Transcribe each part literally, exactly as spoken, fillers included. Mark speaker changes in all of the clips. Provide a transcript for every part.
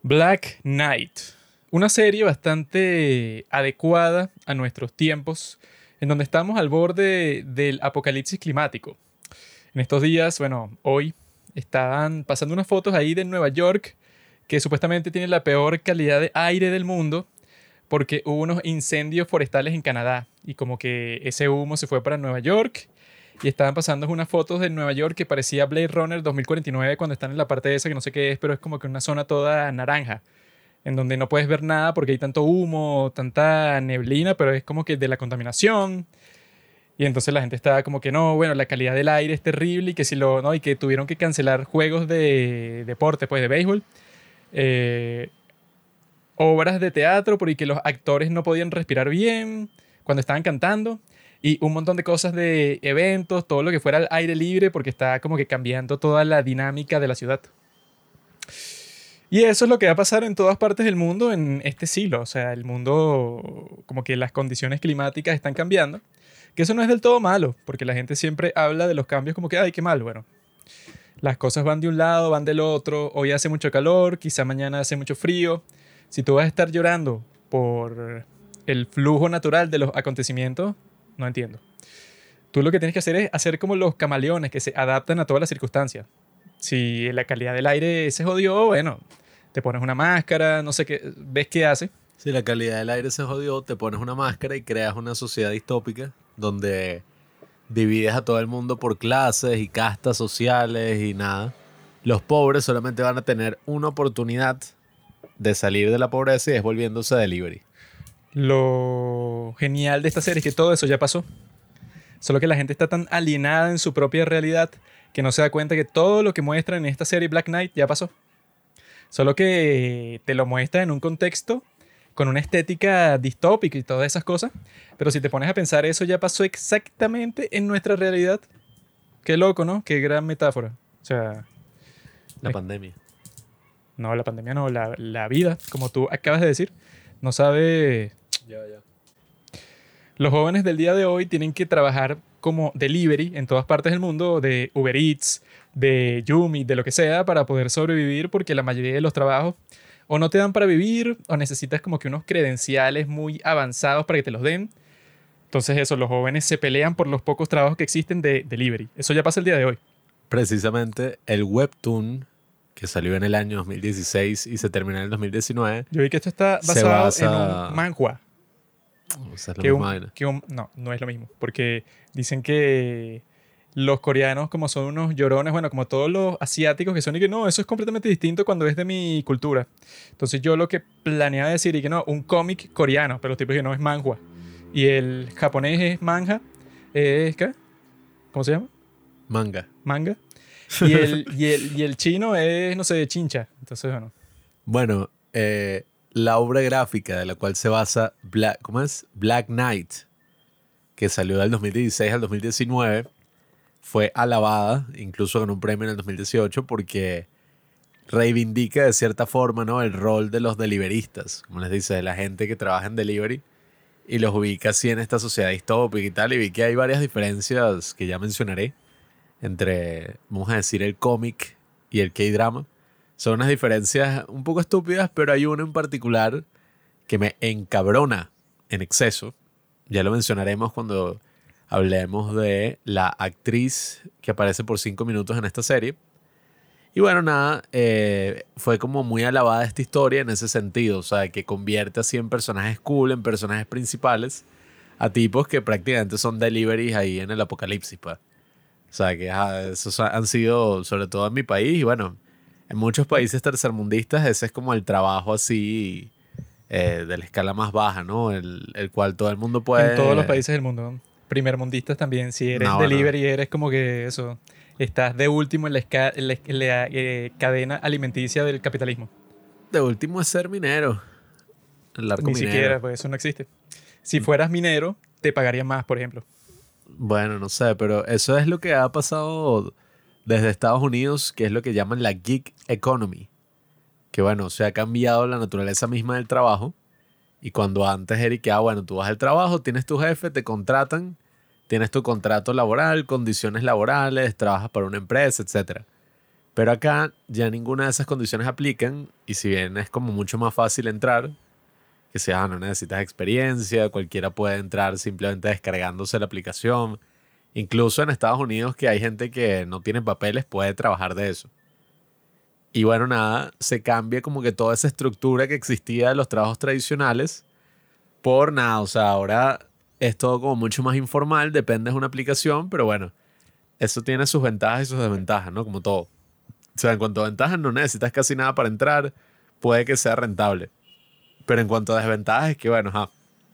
Speaker 1: Black Knight, una serie bastante adecuada a nuestros tiempos, en donde estamos al borde del apocalipsis climático. En estos días, bueno, hoy, estaban pasando unas fotos ahí de Nueva York, que supuestamente tiene la peor calidad de aire del mundo, porque hubo unos incendios forestales en Canadá, y como que ese humo se fue para Nueva York, y estaban pasando unas fotos de Nueva York que parecía Blade Runner dos mil cuarenta y nueve cuando están en la parte esa que no sé qué es, pero es como que una zona toda naranja, en donde no puedes ver nada porque hay tanto humo, tanta neblina, pero es como que de la contaminación. Y entonces la gente estaba como que no, bueno, la calidad del aire es terrible y que si lo, no, y que tuvieron que cancelar juegos de deporte, pues de béisbol, eh, obras de teatro porque los actores no podían respirar bien cuando estaban cantando. Y un montón de cosas de eventos, todo lo que fuera al aire libre, porque está como que cambiando toda la dinámica de la ciudad. Y eso es lo que va a pasar en todas partes del mundo en este siglo. O sea, el mundo, como que las condiciones climáticas están cambiando. Que eso no es del todo malo, porque la gente siempre habla de los cambios como que, ay, qué mal. Bueno, las cosas van de un lado, van del otro. Hoy hace mucho calor, quizá mañana hace mucho frío. Si tú vas a estar llorando por el flujo natural de los acontecimientos, no entiendo. Tú lo que tienes que hacer es hacer como los camaleones que se adaptan a todas las circunstancias. Si la calidad del aire se jodió, bueno, te pones una máscara, no sé qué, ves qué hace.
Speaker 2: Si la calidad del aire se jodió, te pones una máscara y creas una sociedad distópica donde divides a todo el mundo por clases y castas sociales y nada. Los pobres solamente van a tener una oportunidad de salir de la pobreza y es volviéndose delivery.
Speaker 1: Lo genial de esta serie es que todo eso ya pasó. Solo que la gente está tan alienada en su propia realidad que no se da cuenta que todo lo que muestra en esta serie Black Knight ya pasó. Solo que te lo muestra en un contexto con una estética distópica y todas esas cosas. Pero si te pones a pensar, eso ya pasó exactamente en nuestra realidad. Qué loco, ¿no? Qué gran metáfora. O sea...
Speaker 2: La
Speaker 1: eh,
Speaker 2: pandemia.
Speaker 1: No, la pandemia no. La, la vida, como tú acabas de decir, no sabe...
Speaker 2: Ya, ya.
Speaker 1: Los jóvenes del día de hoy tienen que trabajar como delivery en todas partes del mundo, de Uber Eats, de Yumi, de lo que sea, para poder sobrevivir, porque la mayoría de los trabajos o no te dan para vivir o necesitas como que unos credenciales muy avanzados para que te los den. Entonces eso, los jóvenes se pelean por los pocos trabajos que existen de delivery. Eso ya pasa el día de hoy.
Speaker 2: Precisamente el webtoon que salió en el año dos mil dieciséis y se terminó en el dos mil diecinueve.
Speaker 1: Yo vi que esto está
Speaker 2: Se
Speaker 1: basado
Speaker 2: basa-
Speaker 1: en un manhwa.
Speaker 2: O sea, es la
Speaker 1: Que
Speaker 2: misma
Speaker 1: un,
Speaker 2: vaina.
Speaker 1: que un- no, no es lo mismo. Porque dicen que los coreanos, como son unos llorones, bueno, como todos los asiáticos que son y que no, eso es completamente distinto cuando es de mi cultura. Entonces yo lo que planeaba decir y que no, un cómic coreano, pero los tipos que no es manhwa. Y el japonés es manga, es ¿qué? ¿Cómo se llama?
Speaker 2: Manga.
Speaker 1: Manga. Y el, y el, y el chino es, no sé, chincha. Entonces, bueno.
Speaker 2: Bueno, eh, la obra gráfica de la cual se basa Black, ¿cómo es? Black Knight, que salió del dos mil dieciséis al dos mil diecinueve, fue alabada, incluso ganó un premio en el dos mil dieciocho, porque reivindica de cierta forma, ¿no?, el rol de los deliveristas, como les dice, de la gente que trabaja en delivery, y los ubica así en esta sociedad distópica y tal, y vi que hay varias diferencias que ya mencionaré entre, vamos a decir, el cómic y el K-drama. Son unas diferencias un poco estúpidas, pero hay una en particular que me encabrona en exceso. Ya lo mencionaremos cuando hablemos de la actriz que aparece por cinco minutos en esta serie. Y bueno, nada, eh, fue como muy alabada esta historia en ese sentido. O sea, que convierte así en personajes cool, en personajes principales, a tipos que prácticamente son deliveries ahí en el apocalipsis, pues. O sea, que ah, esos han sido, sobre todo en mi país, y bueno, en muchos países tercermundistas, ese es como el trabajo así eh, de la escala más baja, ¿no? El, el cual todo el mundo puede...
Speaker 1: En todos los países del mundo. ¿No? Primermundistas también. Si eres
Speaker 2: No, bueno.
Speaker 1: delivery, eres como que eso. Estás de último en la, esca- en la, en la, eh, cadena alimenticia del capitalismo.
Speaker 2: De último es ser minero. El arco
Speaker 1: Ni
Speaker 2: minero.
Speaker 1: siquiera, pues eso no existe. Si fueras minero, te pagarían más, por ejemplo.
Speaker 2: Bueno, no sé, pero eso es lo que ha pasado desde Estados Unidos, que es lo que llaman la gig economy. Que bueno, se ha cambiado la naturaleza misma del trabajo. Y cuando antes era y que, ah, bueno, tú vas al trabajo, tienes tu jefe, te contratan, tienes tu contrato laboral, condiciones laborales, trabajas para una empresa, etcétera. Pero acá ya ninguna de esas condiciones aplican y si bien es como mucho más fácil entrar, que si ah, no necesitas experiencia, cualquiera puede entrar simplemente descargándose la aplicación. Incluso en Estados Unidos que hay gente que no tiene papeles puede trabajar de eso. Y bueno, nada, se cambia como que toda esa estructura que existía de los trabajos tradicionales por nada. O sea, ahora es todo como mucho más informal, depende de una aplicación, pero bueno, eso tiene sus ventajas y sus desventajas, ¿no? Como todo. O sea, en cuanto a ventajas no necesitas casi nada para entrar, puede que sea rentable. Pero en cuanto a desventajas es que, bueno, ajá,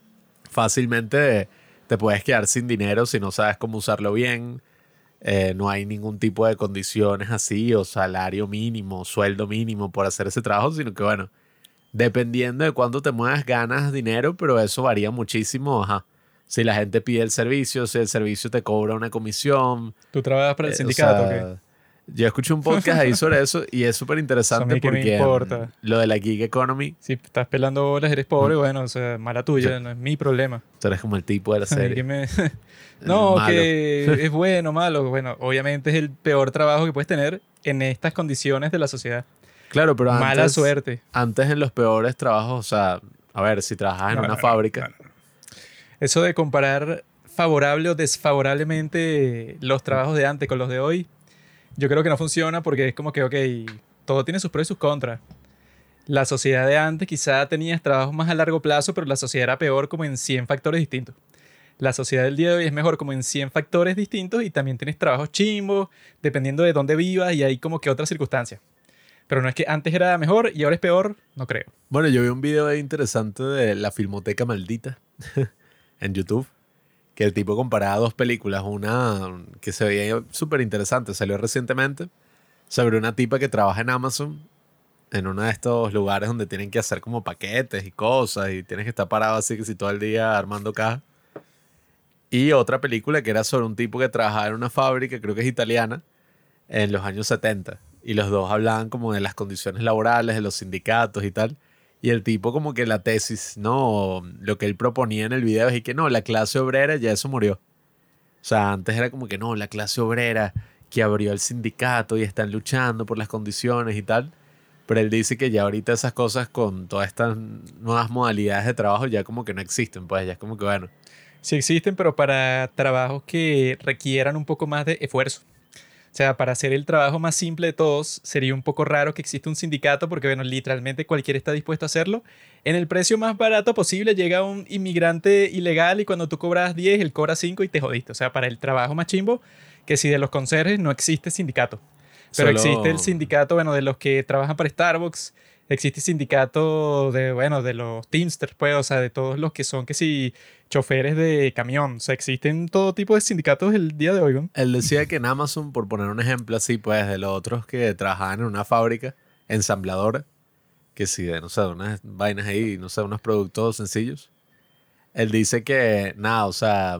Speaker 2: fácilmente te puedes quedar sin dinero si no sabes cómo usarlo bien. Eh, no hay ningún tipo de condiciones así o salario mínimo, sueldo mínimo por hacer ese trabajo, sino que, bueno, dependiendo de cuánto te muevas, ganas dinero, pero eso varía muchísimo, ajá. Si la gente pide el servicio, si el servicio te cobra una comisión.
Speaker 1: ¿Tú trabajas para el
Speaker 2: eh,
Speaker 1: sindicato
Speaker 2: o
Speaker 1: o
Speaker 2: sea,
Speaker 1: qué?
Speaker 2: Yo escuché un podcast ahí sobre eso y es súper
Speaker 1: Eso a
Speaker 2: interesante
Speaker 1: mí que me
Speaker 2: porque
Speaker 1: importa.
Speaker 2: mm, lo de la gig economy,
Speaker 1: Si estás pelando bolas, eres pobre,
Speaker 2: mm,
Speaker 1: bueno, o sea, mala tuya,
Speaker 2: yo-
Speaker 1: no es mi problema.
Speaker 2: tú eres como el tipo de la
Speaker 1: A mí que
Speaker 2: serie,
Speaker 1: me...
Speaker 2: el
Speaker 1: No,
Speaker 2: malo.
Speaker 1: que es bueno, malo. Bueno, obviamente es el peor trabajo que puedes tener en estas condiciones de la sociedad.
Speaker 2: Claro, pero
Speaker 1: Mala
Speaker 2: antes,
Speaker 1: suerte.
Speaker 2: antes en los peores trabajos, o sea, a ver, si trabajas en
Speaker 1: No,
Speaker 2: una
Speaker 1: no, no,
Speaker 2: fábrica,
Speaker 1: no, no. Eso de comparar favorable o desfavorablemente los trabajos de antes con los de hoy, yo creo que no funciona porque es como que, ok, todo tiene sus pros y sus contras. La sociedad de antes quizá tenías trabajos más a largo plazo, pero la sociedad era peor como en cien factores distintos. La sociedad del día de hoy es mejor como en cien factores distintos y también tienes trabajos chimbos, dependiendo de dónde vivas y hay como que otras circunstancias. Pero no es que antes era mejor y ahora es peor, no creo.
Speaker 2: bueno, yo vi un video ahí interesante de La Filmoteca Maldita en YouTube, que el tipo comparaba dos películas, una que se veía súper interesante, salió recientemente, sobre una tipa que trabaja en Amazon, en uno de estos lugares donde tienen que hacer como paquetes y cosas y tienes que estar parado así que si todo el día armando cajas. Y otra película que era sobre un tipo que trabajaba en una fábrica, creo que es italiana, en los años setenta. Y los dos hablaban como de las condiciones laborales, de los sindicatos y tal. Y el tipo como que la tesis, ¿no? Lo que él proponía en el video es que no, la clase obrera ya eso murió. O sea, antes era como que no, la clase obrera que abrió el sindicato y están luchando por las condiciones y tal. Pero él dice que ya ahorita esas cosas con todas estas nuevas modalidades de trabajo ya como que no existen. Pues ya es como que bueno.
Speaker 1: Sí existen, pero para trabajos que requieran un poco más de esfuerzo. O sea, para hacer el trabajo más simple de todos, sería un poco raro que exista un sindicato porque, bueno, literalmente cualquiera está dispuesto a hacerlo. En el precio más barato posible llega un inmigrante ilegal y cuando tú cobras diez, él cobra cinco y te jodiste. O sea, para el trabajo más chimbo, que si de los conserjes no existe sindicato. Pero
Speaker 2: Solo
Speaker 1: existe el sindicato, bueno, de los que trabajan para Starbucks. Existe el sindicato de, bueno, de los Teamsters, pues, o sea, de todos los que son, que si, choferes de camión. O sea, existen todo tipo de sindicatos el día de hoy, ¿no?
Speaker 2: él decía que en Amazon, por poner un ejemplo así, pues de los otros que trabajaban en una fábrica ensambladora, que sí, de, no sé, unas vainas ahí, no sé, unos productos sencillos. Él dice que, nada, o sea,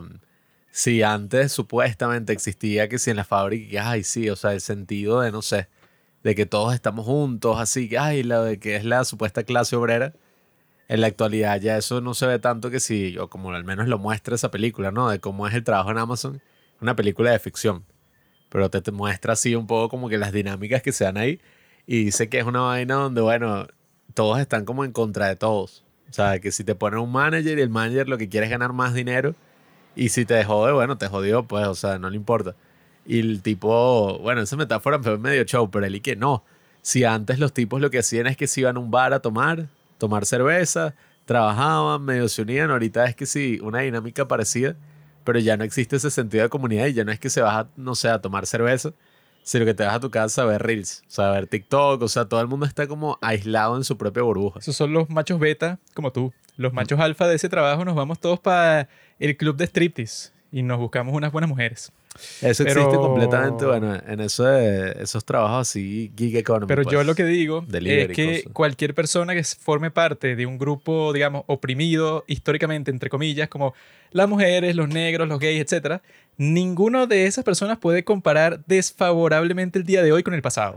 Speaker 2: si antes supuestamente existía que si en la fábrica, que, ay, sí, o sea, el sentido de, no sé, de que todos estamos juntos, así que, ay, la de que es la supuesta clase obrera, en la actualidad ya eso no se ve tanto que si, o como al menos lo muestra esa película, ¿no? De cómo es el trabajo en Amazon, una película de ficción, pero te, te muestra así un poco como que las dinámicas que se dan ahí y dice que es una vaina donde, bueno, todos están como en contra de todos. O sea, que si te ponen un manager y el manager lo que quiere es ganar más dinero y si te jode, bueno, te jodió, pues, o sea, no le importa. Y el tipo, bueno, esa metáfora fue medio show, pero él y que no. Si antes los tipos lo que hacían es que se iban a un bar a tomar, tomar cerveza, trabajaban, medio se unían, ahorita es que sí, una dinámica parecida, pero ya no existe ese sentido de comunidad y ya no es que se vas a, no sé, a tomar cerveza, sino que te vas a tu casa a ver Reels, o sea, a ver TikTok, o sea, todo el mundo está como aislado en su propia burbuja.
Speaker 1: Esos son los machos beta, como tú. Los machos alfa de ese trabajo nos vamos todos para el club de striptease y nos buscamos unas buenas mujeres.
Speaker 2: Eso
Speaker 1: Pero-
Speaker 2: existe completamente, bueno, en eso de, esos trabajos así, gig economy.
Speaker 1: Pero yo
Speaker 2: pues.
Speaker 1: lo que digo
Speaker 2: Delivery
Speaker 1: es
Speaker 2: y
Speaker 1: que
Speaker 2: cosas.
Speaker 1: cualquier persona que forme parte de un grupo, digamos, oprimido históricamente, entre comillas, como las mujeres, los negros, los gays, etcétera, ninguno de esas personas puede comparar desfavorablemente el día de hoy con el pasado.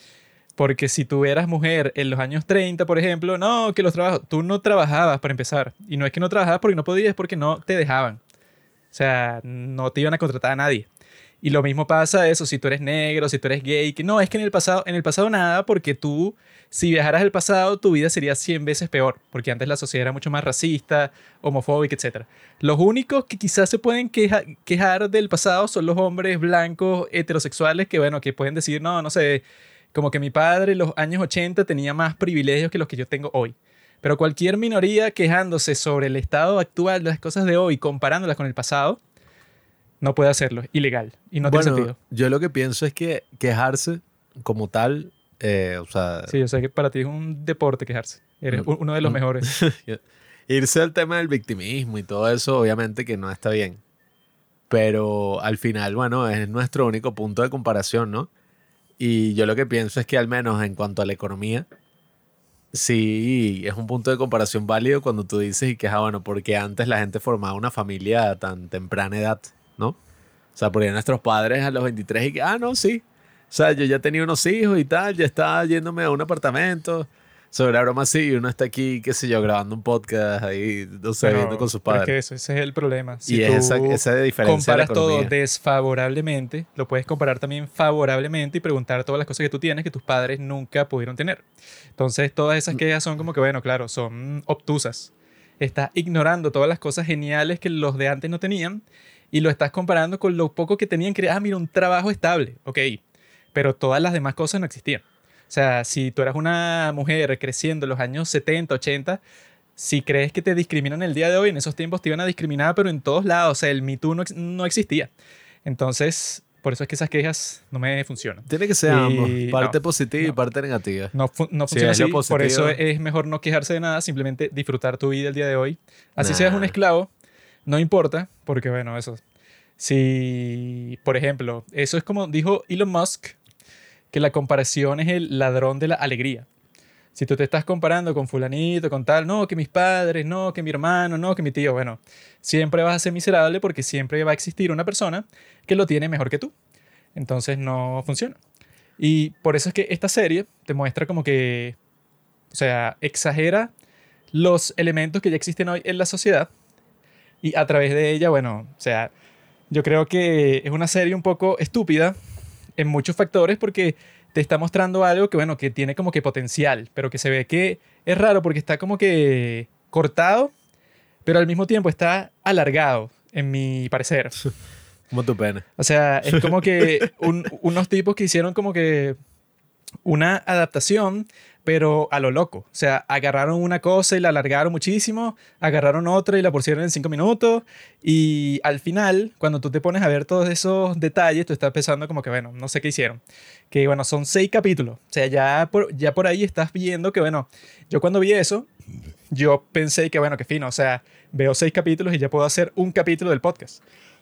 Speaker 1: Porque si tú eras mujer en los años treinta, por ejemplo, no, que los trabajos, tú no trabajabas para empezar. Y no es que no trabajabas porque no podías, es porque no te dejaban. O sea, no te iban a contratar a nadie. Y lo mismo pasa eso, si tú eres negro, si tú eres gay, que no, es que en el pasado, en el pasado nada, porque tú, si viajaras al pasado, tu vida sería cien veces peor, porque antes la sociedad era mucho más racista, homofóbica, etcétera. Los únicos que quizás se pueden queja, quejar del pasado son los hombres blancos heterosexuales que, bueno, que pueden decir, no, no sé, como que mi padre en los años ochenta tenía más privilegios que los que yo tengo hoy. Pero cualquier minoría quejándose sobre el estado actual de las cosas de hoy, comparándolas con el pasado, no puede hacerlo, es ilegal y no
Speaker 2: Bueno,
Speaker 1: tiene sentido.
Speaker 2: yo lo que pienso es que quejarse como tal, eh, o sea,
Speaker 1: Sí, yo sé que para ti es un deporte quejarse. Eres
Speaker 2: Mm,
Speaker 1: uno de los
Speaker 2: mm.
Speaker 1: mejores.
Speaker 2: irse al tema del victimismo y todo eso, obviamente que no está bien. Pero al final, bueno, es nuestro único punto de comparación, ¿no? Y yo lo que pienso es que al menos en cuanto a la economía, sí es un punto de comparación válido cuando tú dices y que, ah, bueno, porque antes la gente formaba una familia a tan temprana edad, ¿no? O sea, porque nuestros padres a los veintitrés y que, ah, no, sí. O sea, yo ya tenía unos hijos y tal, ya estaba yéndome a un apartamento. Sobre la broma, sí, uno está aquí, qué sé yo, grabando un podcast ahí, no sé,
Speaker 1: Pero,
Speaker 2: viendo con sus
Speaker 1: pero es
Speaker 2: padres.
Speaker 1: que eso, ese es el problema. Si
Speaker 2: Y es esa,
Speaker 1: tú
Speaker 2: esa diferencia de la
Speaker 1: comparas todo
Speaker 2: economía.
Speaker 1: desfavorablemente, lo puedes comparar también favorablemente y preguntar todas las cosas que tú tienes que tus padres nunca pudieron tener. Entonces, todas esas quejas son como que, bueno, claro, son obtusas. Estás ignorando todas las cosas geniales que los de antes no tenían y lo estás comparando con lo poco que tenían que, ah, mira, un trabajo estable, ok, pero todas las demás cosas no existían. O sea, si tú eras una mujer creciendo en los años setenta, ochenta, si crees que te discriminan el día de hoy, en esos tiempos te iban a discriminar, pero en todos lados. O sea, el Me Too no, ex- no existía. Entonces, por eso es que esas quejas no me funcionan.
Speaker 2: Tiene que ser ambos,
Speaker 1: Y
Speaker 2: parte
Speaker 1: no,
Speaker 2: positiva y
Speaker 1: no,
Speaker 2: parte negativa.
Speaker 1: no, fu- no
Speaker 2: Si
Speaker 1: funciona
Speaker 2: es lo
Speaker 1: así. Por eso
Speaker 2: positivo,
Speaker 1: es mejor no quejarse de nada, simplemente disfrutar tu vida el día de hoy. Así seas un
Speaker 2: nah.
Speaker 1: esclavo, no importa, porque bueno, eso. Si, por ejemplo, eso es como dijo Elon Musk, que la comparación es el ladrón de la alegría. Si tú te estás comparando con fulanito, con tal, no, que mis padres, no, que mi hermano, no, que mi tío, bueno, siempre vas a ser miserable porque siempre va a existir una persona que lo tiene mejor que tú. Entonces no funciona. Y por eso es que esta serie te muestra como que, o sea, exagera los elementos que ya existen hoy en la sociedad y a través de ella, bueno, o sea, yo creo que es una serie un poco estúpida en muchos factores porque te está mostrando algo que, bueno, que tiene como que potencial, pero que se ve que es raro porque está como que cortado, pero al mismo tiempo está alargado, en mi parecer.
Speaker 2: Como tu pene.
Speaker 1: O sea, es como que un- unos tipos que hicieron como que una adaptación, pero a lo loco. O sea, agarraron una cosa y la alargaron muchísimo, agarraron otra y la pusieron en cinco minutos, y al final, cuando tú te pones a ver todos esos detalles, tú estás pensando como que, bueno, no sé qué hicieron. Que, bueno, son seis capítulos. O sea, ya por, ya por ahí estás viendo que, bueno, yo cuando vi eso, yo pensé que, bueno, que fino. O sea, veo seis capítulos y ya puedo hacer un capítulo del podcast.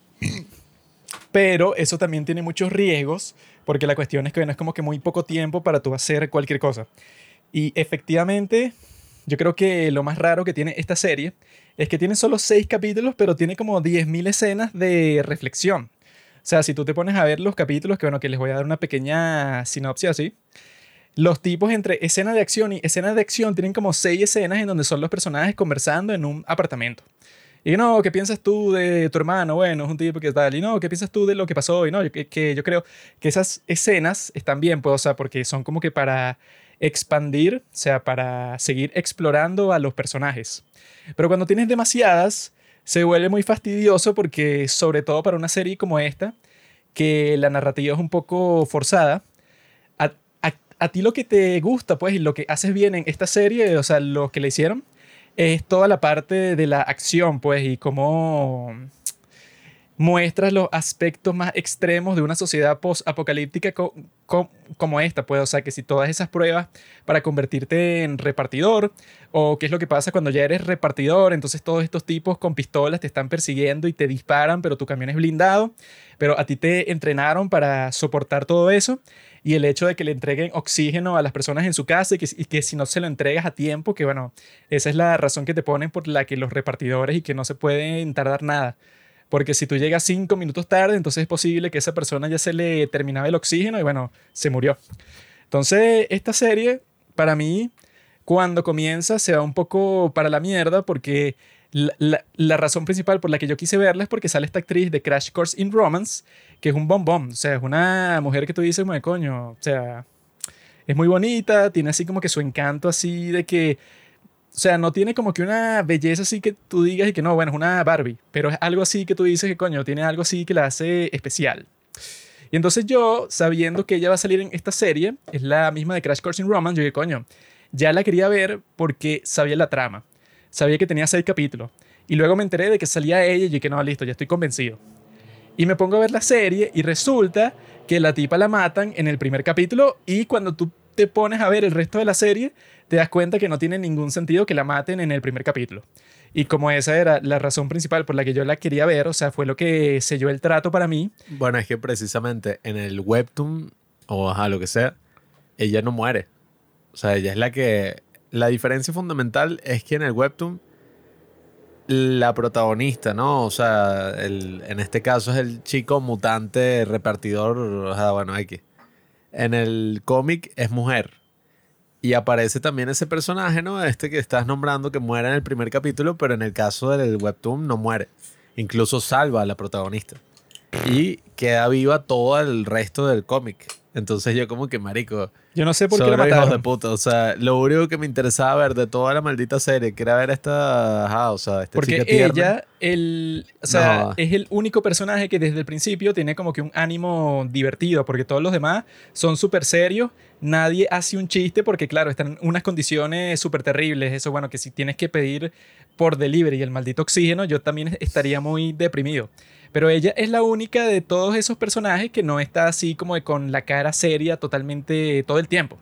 Speaker 1: Pero eso también tiene muchos riesgos, porque la cuestión es que bueno, es como que muy poco tiempo para tú hacer cualquier cosa. Y efectivamente, yo creo que lo más raro que tiene esta serie es que tiene solo seis capítulos, pero tiene como diez mil escenas de reflexión. O sea, si tú te pones a ver los capítulos, que bueno, que les voy a dar una pequeña sinopsis así, los tipos entre escena de acción y escena de acción tienen como seis escenas en donde son los personajes conversando en un apartamento. Y no, ¿qué piensas tú de tu hermano? Bueno, es un tipo que tal. Y no, ¿qué piensas tú de lo que pasó? Y no, yo, que, que yo creo que esas escenas están bien, pues, o sea, porque son como que para expandir, o sea, para seguir explorando a los personajes. Pero cuando tienes demasiadas, se vuelve muy fastidioso porque, sobre todo para una serie como esta, que la narrativa es un poco forzada, a, a, a ti lo que te gusta, pues, y lo que haces bien en esta serie, o sea, lo que le hicieron, es toda la parte de la acción, pues, y cómo muestras los aspectos más extremos de una sociedad post-apocalíptica co- co- como esta, pues, o sea, que si todas esas pruebas para convertirte en repartidor, o qué es lo que pasa cuando ya eres repartidor, entonces todos estos tipos con pistolas te están persiguiendo y te disparan, pero tu camión es blindado, pero a ti te entrenaron para soportar todo eso, y el hecho de que le entreguen oxígeno a las personas en su casa y que, y que si no se lo entregas a tiempo, que bueno, esa es la razón que te ponen por la que los repartidores y que no se pueden tardar nada. Porque si tú llegas cinco minutos tarde, entonces es posible que esa persona ya se le terminaba el oxígeno y bueno, se murió. Entonces, esta serie, para mí, cuando comienza, se va un poco para la mierda porque la, la, la razón principal por la que yo quise verla es porque sale esta actriz de Crash Course in Romance, que es un bombón. O sea, es una mujer que tú dices, como de coño, o sea, es muy bonita, tiene así como que su encanto así de que, o sea, no tiene como que una belleza así que tú digas y que no, bueno, es una Barbie, pero es algo así que tú dices que coño, tiene algo así que la hace especial. Y entonces yo, sabiendo que ella va a salir en esta serie, es la misma de Crash Course in Romance, yo dije, coño, ya la quería ver porque sabía la trama. Sabía que tenía seis capítulos. Y luego me enteré de que salía ella y dije, no, listo, ya estoy convencido. Y me pongo a ver la serie y resulta que la tipa la matan en el primer capítulo y cuando tú te pones a ver el resto de la serie, te das cuenta que no tiene ningún sentido que la maten en el primer capítulo. Y como esa era la razón principal por la que yo la quería ver, o sea, fue lo que selló el trato para mí.
Speaker 2: Bueno, es que precisamente en el webtoon, o ajá, lo que sea, ella no muere. O sea, ella es la que... La diferencia fundamental es que en el webtoon, la protagonista, ¿no? O sea, el, en este caso es el chico mutante repartidor, o sea, bueno, X. En el cómic es mujer. Y aparece también ese personaje, ¿no? Este que estás nombrando que muere en el primer capítulo, pero en el caso del webtoon no muere. Incluso salva a la protagonista. Y queda viva todo el resto del cómic. Entonces yo como que, marico...
Speaker 1: Yo no sé por qué
Speaker 2: Sobre
Speaker 1: la mataron.
Speaker 2: hijos de puta. O sea, lo único que me interesaba ver de toda la maldita serie, que era ver esta... Ajá, o sea, esta
Speaker 1: Porque
Speaker 2: chica tierna.
Speaker 1: ella, el, o sea,
Speaker 2: No.
Speaker 1: es el único personaje que desde el principio tiene como que un ánimo divertido, porque todos los demás son súper serios, nadie hace un chiste porque, claro, están en unas condiciones súper terribles. Eso, bueno, que si tienes que pedir por delivery el maldito oxígeno, yo también estaría muy deprimido. Pero ella es la única de todos esos personajes que no está así como de con la cara seria totalmente todo el tiempo.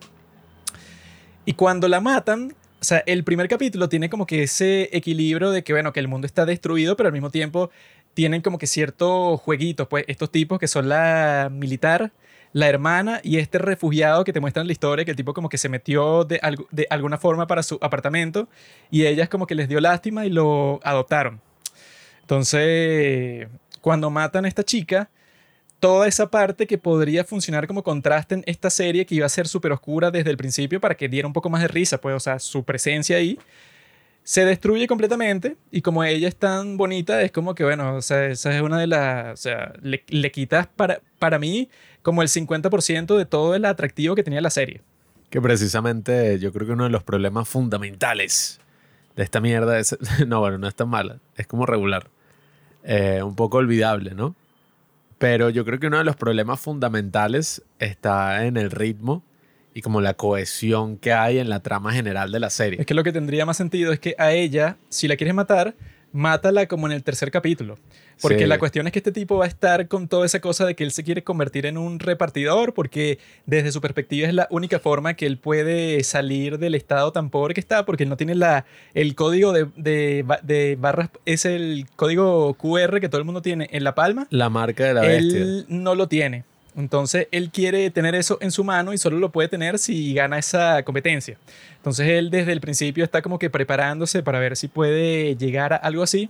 Speaker 1: Y cuando la matan, o sea, el primer capítulo tiene como que ese equilibrio de que, bueno, que el mundo está destruido, pero al mismo tiempo tienen como que ciertos jueguitos, pues estos tipos que son la militar, la hermana y este refugiado que te muestran la historia, que el tipo como que se metió de, algo, de alguna forma para su apartamento y ellas como que les dio lástima y lo adoptaron. Entonces, cuando matan a esta chica, toda esa parte que podría funcionar como contraste en esta serie que iba a ser súper oscura desde el principio para que diera un poco más de risa, pues, o sea, su presencia ahí se destruye completamente y como ella es tan bonita, es como que, bueno, o sea, esa es una de las, o sea, le, le quitas para, para mí como el cincuenta por ciento de todo el atractivo que tenía la serie.
Speaker 2: Que precisamente yo creo que uno de los problemas fundamentales de esta mierda es... No, bueno, no es tan mala. Es como regular. Eh, un poco olvidable, ¿no? Pero yo creo que uno de los problemas fundamentales está en el ritmo y como la cohesión que hay en la trama general de la serie.
Speaker 1: Es que lo que tendría más sentido es que a ella, si la quieres matar, mátala como en el tercer capítulo. Porque
Speaker 2: Sí.
Speaker 1: la cuestión es que este tipo va a estar con toda esa cosa de que él se quiere convertir en un repartidor porque desde su perspectiva es la única forma que él puede salir del estado tan pobre que está porque él no tiene la, el código de, de, de barras, es el código Q R que todo el mundo tiene en la palma.
Speaker 2: La marca de la bestia.
Speaker 1: Él no lo tiene. Entonces él quiere tener eso en su mano y solo lo puede tener si gana esa competencia. Entonces él desde el principio está como que preparándose para ver si puede llegar a algo así.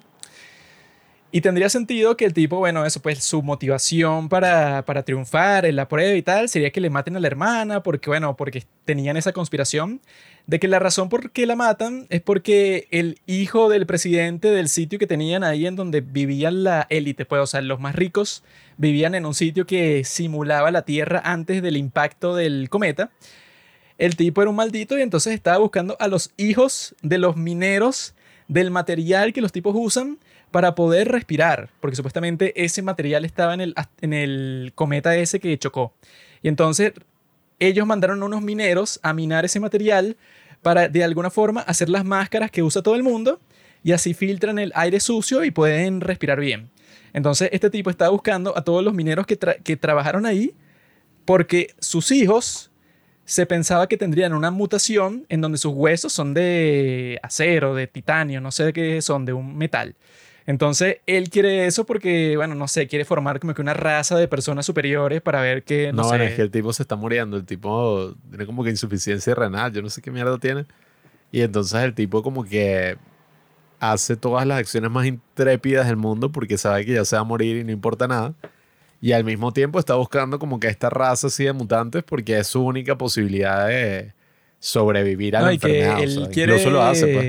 Speaker 1: Y tendría sentido que el tipo, bueno, eso pues su motivación para, para triunfar en la prueba y tal sería que le maten a la hermana porque, bueno, porque tenían esa conspiración de que la razón por qué la matan es porque el hijo del presidente del sitio que tenían ahí en donde vivían la élite, pues, o sea, los más ricos vivían en un sitio que simulaba la Tierra antes del impacto del cometa. El tipo era un maldito y entonces estaba buscando a los hijos de los mineros del material que los tipos usan para poder respirar, porque supuestamente ese material estaba en el, en el cometa ese que chocó. Y entonces ellos mandaron a unos mineros a minar ese material para de alguna forma hacer las máscaras que usa todo el mundo y así filtran el aire sucio y pueden respirar bien. Entonces este tipo estaba buscando a todos los mineros que, tra que trabajaron ahí porque sus hijos se pensaba que tendrían una mutación en donde sus huesos son de acero, de titanio, no sé de qué son, de un metal. Entonces, él quiere eso porque, bueno, no sé, quiere formar como que una raza de personas superiores para ver que, no,
Speaker 2: No,
Speaker 1: sé...
Speaker 2: bueno, es que el tipo se está muriendo. El tipo tiene como que insuficiencia renal. Yo no sé qué mierda tiene. Y entonces el tipo como que hace todas las acciones más intrépidas del mundo porque sabe que ya se va a morir y no importa nada. Y al mismo tiempo está buscando como que esta raza así de mutantes porque es su única posibilidad de sobrevivir a
Speaker 1: No,
Speaker 2: la
Speaker 1: y que
Speaker 2: enfermedad.
Speaker 1: él
Speaker 2: O sea,
Speaker 1: quiere,
Speaker 2: incluso lo hace, pues.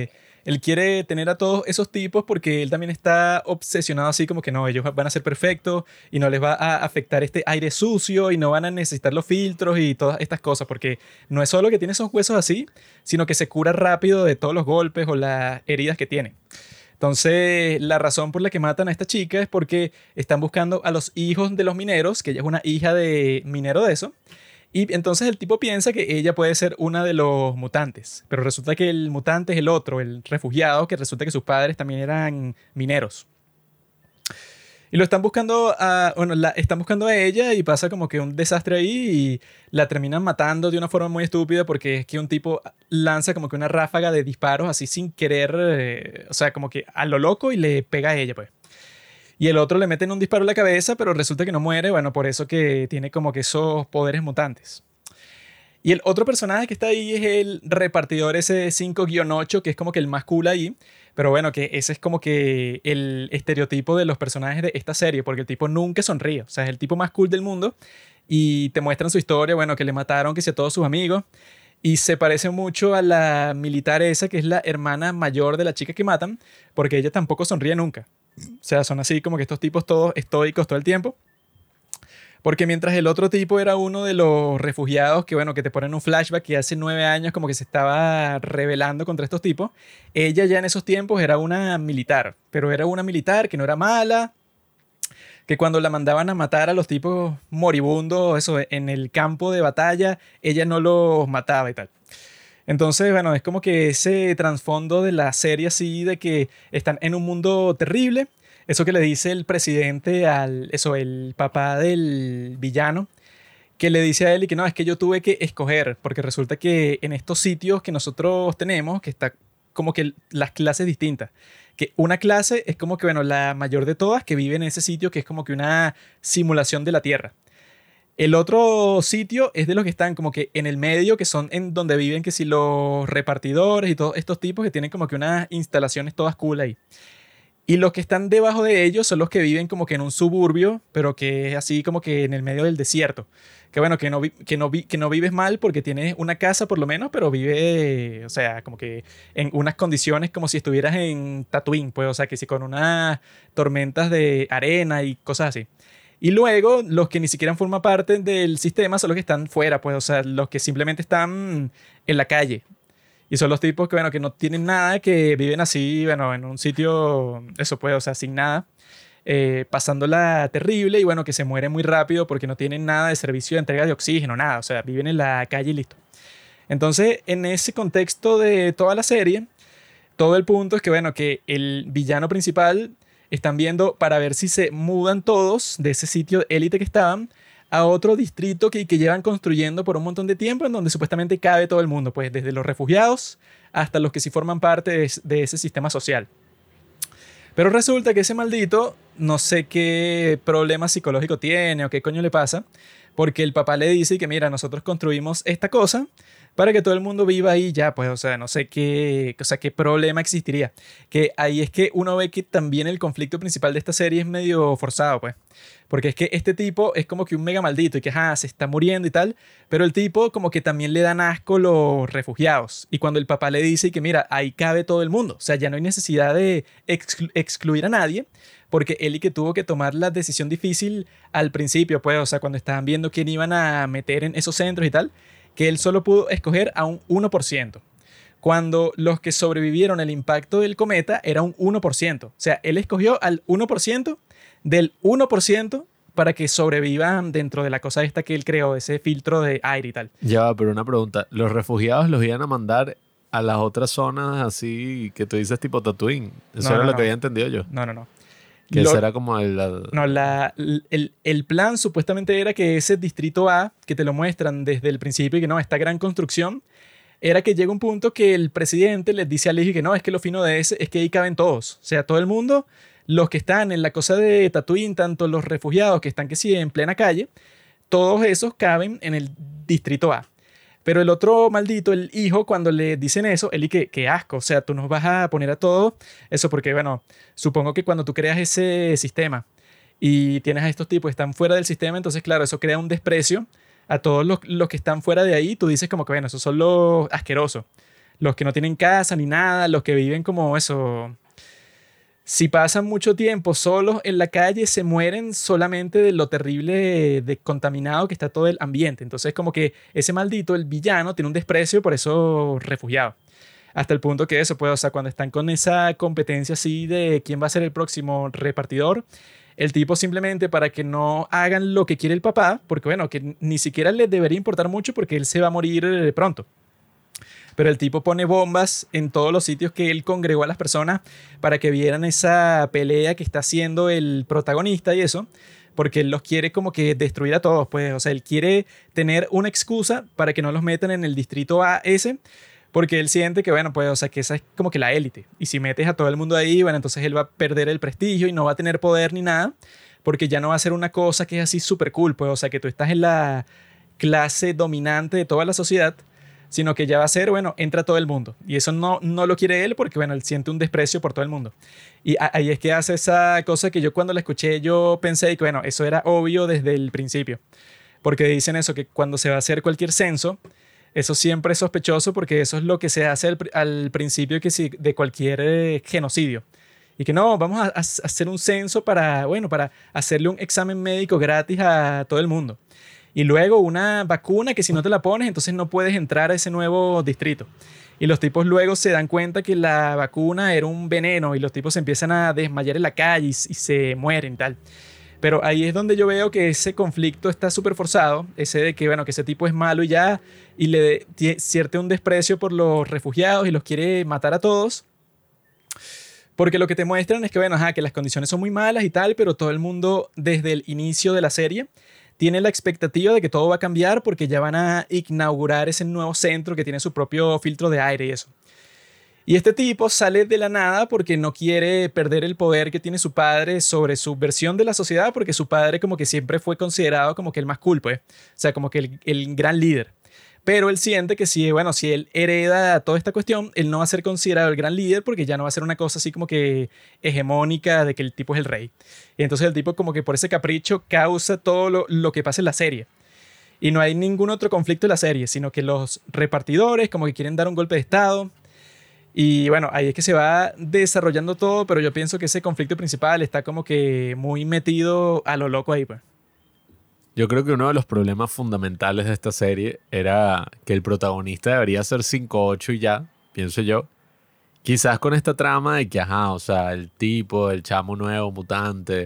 Speaker 1: él quiere tener a todos esos tipos porque él también está obsesionado así como que no, ellos van a ser perfectos y no les va a afectar este aire sucio y no van a necesitar los filtros y todas estas cosas, porque no es solo que tiene esos huesos así, sino que se cura rápido de todos los golpes o las heridas que tiene. Entonces, la razón por la que matan a esta chica es porque están buscando a los hijos de los mineros, que ella es una hija de minero de eso. Y entonces el tipo piensa que ella puede ser una de los mutantes. Pero resulta que el mutante es el otro, el refugiado, que resulta que sus padres también eran mineros. Y lo están buscando a, bueno, la están buscando a ella y pasa como que un desastre ahí y la terminan matando de una forma muy estúpida porque es que un tipo lanza como que una ráfaga de disparos así sin querer, eh, o sea, como que a lo loco y le pega a ella, pues. Y el otro le meten un disparo en la cabeza, pero resulta que no muere, bueno, por eso que tiene como que esos poderes mutantes. Y el otro personaje que está ahí es el repartidor ese cinco guion ocho, que es como que el más cool ahí. Pero bueno, que ese es como que el estereotipo de los personajes de esta serie, porque el tipo nunca sonríe. O sea, es el tipo más cool del mundo. Y te muestran su historia, bueno, que le mataron que sea a todos sus amigos. Y se parece mucho a la militar esa, que es la hermana mayor de la chica que matan, porque ella tampoco sonríe nunca. O sea, son así como que estos tipos todos estoicos todo el tiempo. Porque mientras el otro tipo era uno de los refugiados que, bueno, que te ponen un flashback que hace nueve años como que se estaba rebelando contra estos tipos, ella ya en esos tiempos era una militar, pero era una militar que no era mala, que cuando la mandaban a matar a los tipos moribundos, eso, en el campo de batalla, ella no los mataba y tal. Entonces, bueno, es como que ese trasfondo de la serie así de que están en un mundo terrible. Eso que le dice el presidente al, eso, el papá del villano, que le dice a él y que no, es que yo tuve que escoger, porque resulta que en estos sitios que nosotros tenemos, que está como que las clases distintas, que una clase es como que, bueno, la mayor de todas que vive en ese sitio, que es como que una simulación de la Tierra. El otro sitio es de los que están como que en el medio, que son en donde viven que si los repartidores y todos estos tipos que tienen como que unas instalaciones todas cool ahí. Y los que están debajo de ellos son los que viven como que en un suburbio, pero que es así como que en el medio del desierto. Que bueno, que no, vi, que no, vi, que no vives mal porque tienes una casa por lo menos, pero vive, o sea, como que en unas condiciones como si estuvieras en Tatooine, pues, o sea, que si con unas tormentas de arena y cosas así. Y luego, los que ni siquiera forman parte del sistema son los que están fuera, pues, o sea, los que simplemente están en la calle. Y son los tipos que, bueno, que no tienen nada, que viven así, bueno, en un sitio, eso puede, o sea, sin nada, eh, pasándola terrible y, bueno, que se mueren muy rápido porque no tienen nada de servicio de entrega de oxígeno, nada, o sea, viven en la calle y listo. Entonces, en ese contexto de toda la serie, todo el punto es que, bueno, que el villano principal están viendo para ver si se mudan todos de ese sitio élite que estaban a otro distrito que, que llevan construyendo por un montón de tiempo, en donde supuestamente cabe todo el mundo, pues desde los refugiados hasta los que sí forman parte de, de ese sistema social. Pero resulta que ese maldito, no sé qué problema psicológico tiene o qué coño le pasa, porque el papá le dice que mira, nosotros construimos esta cosa para que todo el mundo viva ahí ya, pues, o sea, no sé qué, o sea, qué problema existiría. Que ahí es que uno ve que también el conflicto principal de esta serie es medio forzado, pues. Porque es que este tipo es como que un mega maldito y que, ajá, se está muriendo y tal, pero el tipo como que también le dan asco los refugiados. Y cuando el papá le dice que, mira, ahí cabe todo el mundo, o sea, ya no hay necesidad de exclu- excluir a nadie, porque él y que tuvo que tomar la decisión difícil al principio, pues, o sea, cuando estaban viendo quién iban a meter en esos centros y tal, que él solo pudo escoger a un uno por ciento. Cuando los que sobrevivieron el impacto del cometa era un uno por ciento. O sea, él escogió al uno por ciento del uno por ciento para que sobrevivan dentro de la cosa esta que él creó, ese filtro de aire y tal.
Speaker 2: Ya va, pero una pregunta. ¿Los refugiados los iban a mandar a las otras zonas así que tú dices tipo Tatooine? Eso
Speaker 1: No,
Speaker 2: era
Speaker 1: no,
Speaker 2: lo
Speaker 1: no.
Speaker 2: que había entendido yo.
Speaker 1: No, no, no.
Speaker 2: Que
Speaker 1: Lo-
Speaker 2: ese era como el... el-
Speaker 1: No, la, el, el plan supuestamente era que ese distrito A, que te lo muestran desde el principio y que no, esta gran construcción, era que llega un punto que el presidente les dice al hijo que no, es que lo fino de ese es que ahí caben todos. O sea, todo el mundo, los que están en la cosa de Tatooine, tanto los refugiados que están que sí en plena calle, todos esos caben en el distrito A. Pero el otro maldito, el hijo, cuando le dicen eso, él y que, que asco, o sea, tú nos vas a poner a todos eso porque, bueno, supongo que cuando tú creas ese sistema y tienes a estos tipos que están fuera del sistema, entonces, claro, eso crea un desprecio a todos los, los que están fuera de ahí. Tú dices como que, bueno, esos son los asquerosos. los que no tienen casa ni nada, los que viven como eso. Si pasan mucho tiempo solos en la calle, se mueren solamente de lo terrible de contaminado que está todo el ambiente. Entonces, como que ese maldito, el villano, tiene un desprecio por esos refugiados. Hasta el punto que eso, pues, o sea, cuando están con esa competencia así de quién va a ser el próximo repartidor, el tipo simplemente para que no hagan lo que quiere el papá, porque bueno, que ni siquiera les debería importar mucho porque él se va a morir pronto. Pero el tipo pone bombas en todos los sitios que él congregó a las personas para que vieran esa pelea que está haciendo el protagonista y eso, porque él los quiere como que destruir a todos, pues, o sea, él quiere tener una excusa para que no los metan en el distrito A S, porque él siente que, bueno, pues, o sea, que esa es como que la élite, y si metes a todo el mundo ahí, bueno, entonces él va a perder el prestigio y no va a tener poder ni nada, porque ya no va a ser una cosa que es así súper cool, pues, o sea, que tú estás en la clase dominante de toda la sociedad, sino que ya va a ser, bueno, entra todo el mundo. Y eso no, no lo quiere él porque, bueno, él siente un desprecio por todo el mundo. Y ahí es que hace esa cosa que yo cuando la escuché, yo pensé que, bueno, eso era obvio desde el principio. Porque dicen eso, que cuando se va a hacer cualquier censo, eso siempre es sospechoso porque eso es lo que se hace al, al principio que sí, de cualquier eh, genocidio. Y que no, vamos a, a hacer un censo para, bueno, para hacerle un examen médico gratis a todo el mundo. Y luego una vacuna que si no te la pones, entonces no puedes entrar a ese nuevo distrito. Y los tipos luego se dan cuenta que la vacuna era un veneno y los tipos se empiezan a desmayar en la calle y, y se mueren y tal. Pero ahí es donde yo veo que ese conflicto está súper forzado, ese de que, bueno, que ese tipo es malo y ya, y le siente un desprecio por los refugiados y los quiere matar a todos. Porque lo que te muestran es que, bueno, ajá, que las condiciones son muy malas y tal, pero todo el mundo desde el inicio de la serie tiene la expectativa de que todo va a cambiar porque ya van a inaugurar ese nuevo centro que tiene su propio filtro de aire y eso. Y este tipo sale de la nada porque no quiere perder el poder que tiene su padre sobre su versión de la sociedad, porque su padre como que siempre fue considerado como que el más cool, pues. O sea, como que el, el gran líder. Pero él siente que si, bueno, si él hereda toda esta cuestión, él no va a ser considerado el gran líder porque ya no va a ser una cosa así como que hegemónica de que el tipo es el rey. Y entonces el tipo como que por ese capricho causa todo lo, lo que pasa en la serie. Y no hay ningún otro conflicto en la serie, sino que los repartidores como que quieren dar un golpe de estado. Y bueno, ahí es que se va desarrollando todo, pero yo pienso que ese conflicto principal está como que muy metido a lo loco ahí, pues.
Speaker 2: Yo creo que uno de los problemas fundamentales de esta serie era que el protagonista debería ser cinco ocho y ya, pienso yo. Quizás con esta trama de que, ajá, o sea, el tipo, el chamo nuevo, mutante,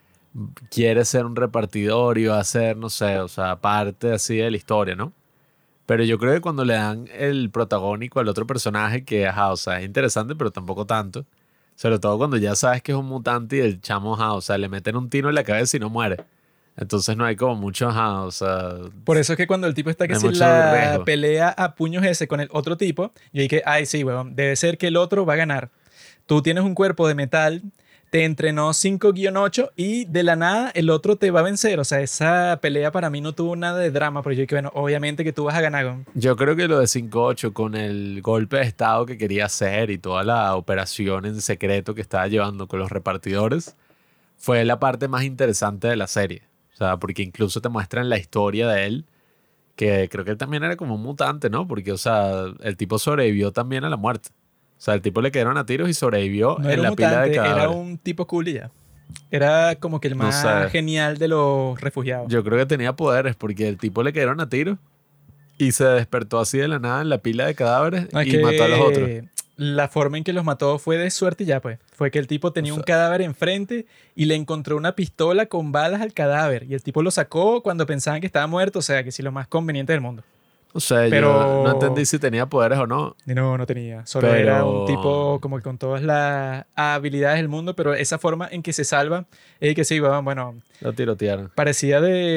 Speaker 2: quiere ser un repartidor y va a ser, no sé, o sea, parte así de la historia, ¿no? Pero yo creo que cuando le dan el protagónico al otro personaje, que, ajá, o sea, es interesante, pero tampoco tanto. Sobre todo cuando ya sabes que es un mutante y el chamo, ajá, o sea, le meten un tiro en la cabeza y no muere. Entonces no hay como mucho, ajá, o sea...
Speaker 1: Por eso es que cuando el tipo está que
Speaker 2: hay
Speaker 1: si
Speaker 2: mucho
Speaker 1: la
Speaker 2: riesgo.
Speaker 1: pelea a puños ese con el otro tipo, yo dije, ay, sí, huevón, debe ser que el otro va a ganar. Tú tienes un cuerpo de metal, te entrenó cinco ocho y de la nada el otro te va a vencer. O sea, esa pelea para mí no tuvo nada de drama, pero yo dije, bueno, obviamente que tú vas a ganar, huevón.
Speaker 2: Yo creo que lo de cinco ocho con el golpe de estado que quería hacer y toda la operación en secreto que estaba llevando con los repartidores fue la parte más interesante de la serie. O sea, porque incluso te muestran la historia de él, que creo que él también era como un mutante, ¿no? Porque, o sea, el tipo sobrevivió también a la muerte. O sea, el tipo le quedaron a tiros y sobrevivió
Speaker 1: No
Speaker 2: en
Speaker 1: era un
Speaker 2: la pila de
Speaker 1: mutante, era
Speaker 2: cadáveres.
Speaker 1: un tipo cool y ya. Era como que el
Speaker 2: No
Speaker 1: más
Speaker 2: sé.
Speaker 1: genial de los refugiados.
Speaker 2: Yo creo que tenía poderes porque el tipo le quedaron a tiros y se despertó así de la nada en la pila de cadáveres
Speaker 1: No, es
Speaker 2: y mató a los otros.
Speaker 1: que la forma en que los mató fue de suerte y ya, pues. Fue que el tipo tenía
Speaker 2: O
Speaker 1: un
Speaker 2: sea,
Speaker 1: cadáver enfrente y le encontró una pistola con balas al cadáver. Y el tipo lo sacó cuando pensaban que estaba muerto. O sea, que sí, lo más conveniente del mundo.
Speaker 2: o sea, yo no entendí
Speaker 1: Pero
Speaker 2: si tenía poderes o no,
Speaker 1: y no, no tenía. Solo era un
Speaker 2: pero
Speaker 1: tipo como que con todas las habilidades del mundo. Pero esa forma en que se salva es que sí, bueno, bueno,
Speaker 2: lo tirotearon.
Speaker 1: parecía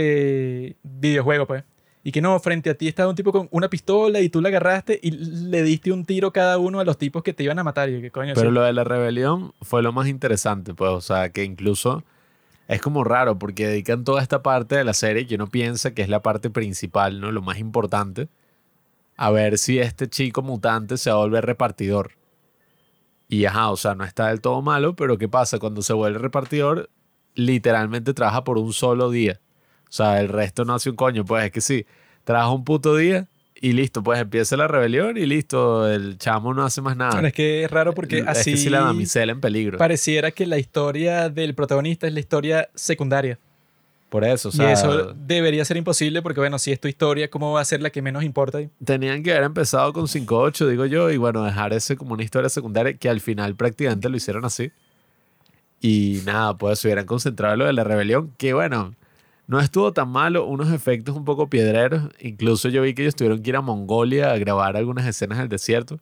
Speaker 1: de videojuego, pues. Y que no, frente a ti estaba un tipo con una pistola y tú la agarraste y le diste un tiro cada uno a los tipos que te iban a matar. Y yo, ¿qué coño?
Speaker 2: Pero
Speaker 1: Sí.
Speaker 2: lo de la rebelión fue lo más interesante, pues, o sea, que incluso es como raro porque dedican toda esta parte de la serie que uno piensa que es la parte principal, ¿no? Lo más importante, a ver si este chico mutante se vuelve repartidor. Y ajá, o sea, no está del todo malo, pero ¿qué pasa? Cuando se vuelve repartidor, literalmente trabaja por un solo día. O sea, el resto no hace un coño. Pues es que sí, trabaja un puto día y listo, pues empieza la rebelión y listo, el chamo no hace más nada.
Speaker 1: Bueno, es que es raro porque
Speaker 2: es
Speaker 1: así
Speaker 2: que si la damisela en peligro.
Speaker 1: pareciera que la historia del protagonista es la historia secundaria.
Speaker 2: Por eso, o
Speaker 1: Y
Speaker 2: sea,
Speaker 1: eso debería ser imposible porque, bueno, si es tu historia, ¿cómo va a ser la que menos importa?
Speaker 2: tenían que haber empezado con cinco ocho, digo yo, y bueno, dejar ese como una historia secundaria que al final prácticamente lo hicieron así. Y nada, pues se hubieran concentrado en lo de la rebelión, que bueno, no estuvo tan malo, unos efectos un poco piedreros. Incluso yo vi que ellos tuvieron que ir a Mongolia a grabar algunas escenas del desierto.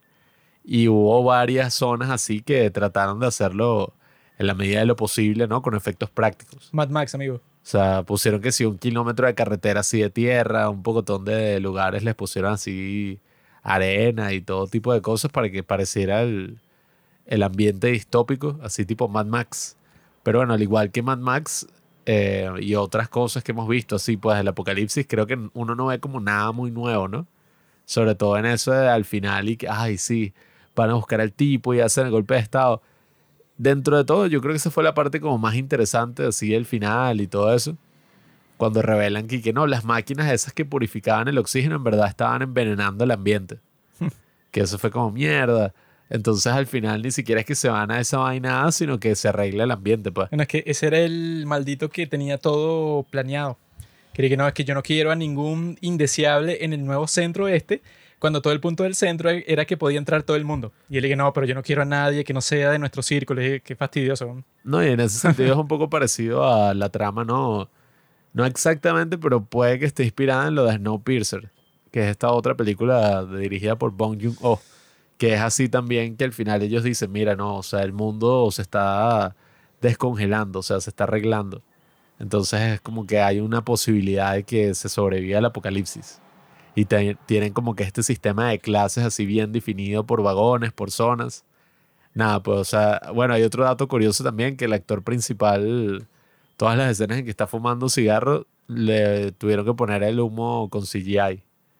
Speaker 2: Y hubo varias zonas así que trataron de hacerlo en la medida de lo posible, ¿no? Con efectos prácticos.
Speaker 1: Mad Max, amigo.
Speaker 2: O sea, pusieron que sí, un kilómetro de carretera así de tierra, un pocotón de lugares les pusieron así arena y todo tipo de cosas para que pareciera el, el ambiente distópico, así tipo Mad Max. Pero bueno, al igual que Mad Max eh, y otras cosas que hemos visto, así pues el apocalipsis, creo que uno no ve como nada muy nuevo, ¿no? Sobre todo en eso de al final y que, ay, sí, van a buscar al tipo y hacen el golpe de estado. Dentro de todo, yo creo que esa fue la parte como más interesante, así el final y todo eso. Cuando revelan que, que no, las máquinas esas que purificaban el oxígeno en verdad estaban envenenando el ambiente. Que eso fue como mierda. Entonces al final ni siquiera es que se van a esa vaina, sino que se arregla el ambiente, pues.
Speaker 1: Bueno, es que ese era el maldito que tenía todo planeado. Quería que no, es que yo no quiero a ningún indeseable en el nuevo centro este, cuando todo el punto del centro era que podía entrar todo el mundo. Y él dije, no, pero yo no quiero a nadie que no sea de nuestro círculo. Y dije, qué fastidioso.
Speaker 2: No, y en ese sentido es un poco parecido a la trama, no, no exactamente, pero puede que esté inspirada en lo de Snowpiercer, que es esta otra película dirigida por Bong Joon-ho, que es así también que al final ellos dicen, mira, no, o sea, el mundo se está descongelando, o sea, se está arreglando. Entonces es como que hay una posibilidad de que se sobreviva al apocalipsis. Y te- tienen como que este sistema de clases así bien definido por vagones, por zonas. Nada, pues, o sea, bueno, hay otro dato curioso también, que el actor principal, todas las escenas en que está fumando cigarro, le tuvieron que poner el humo con C G I.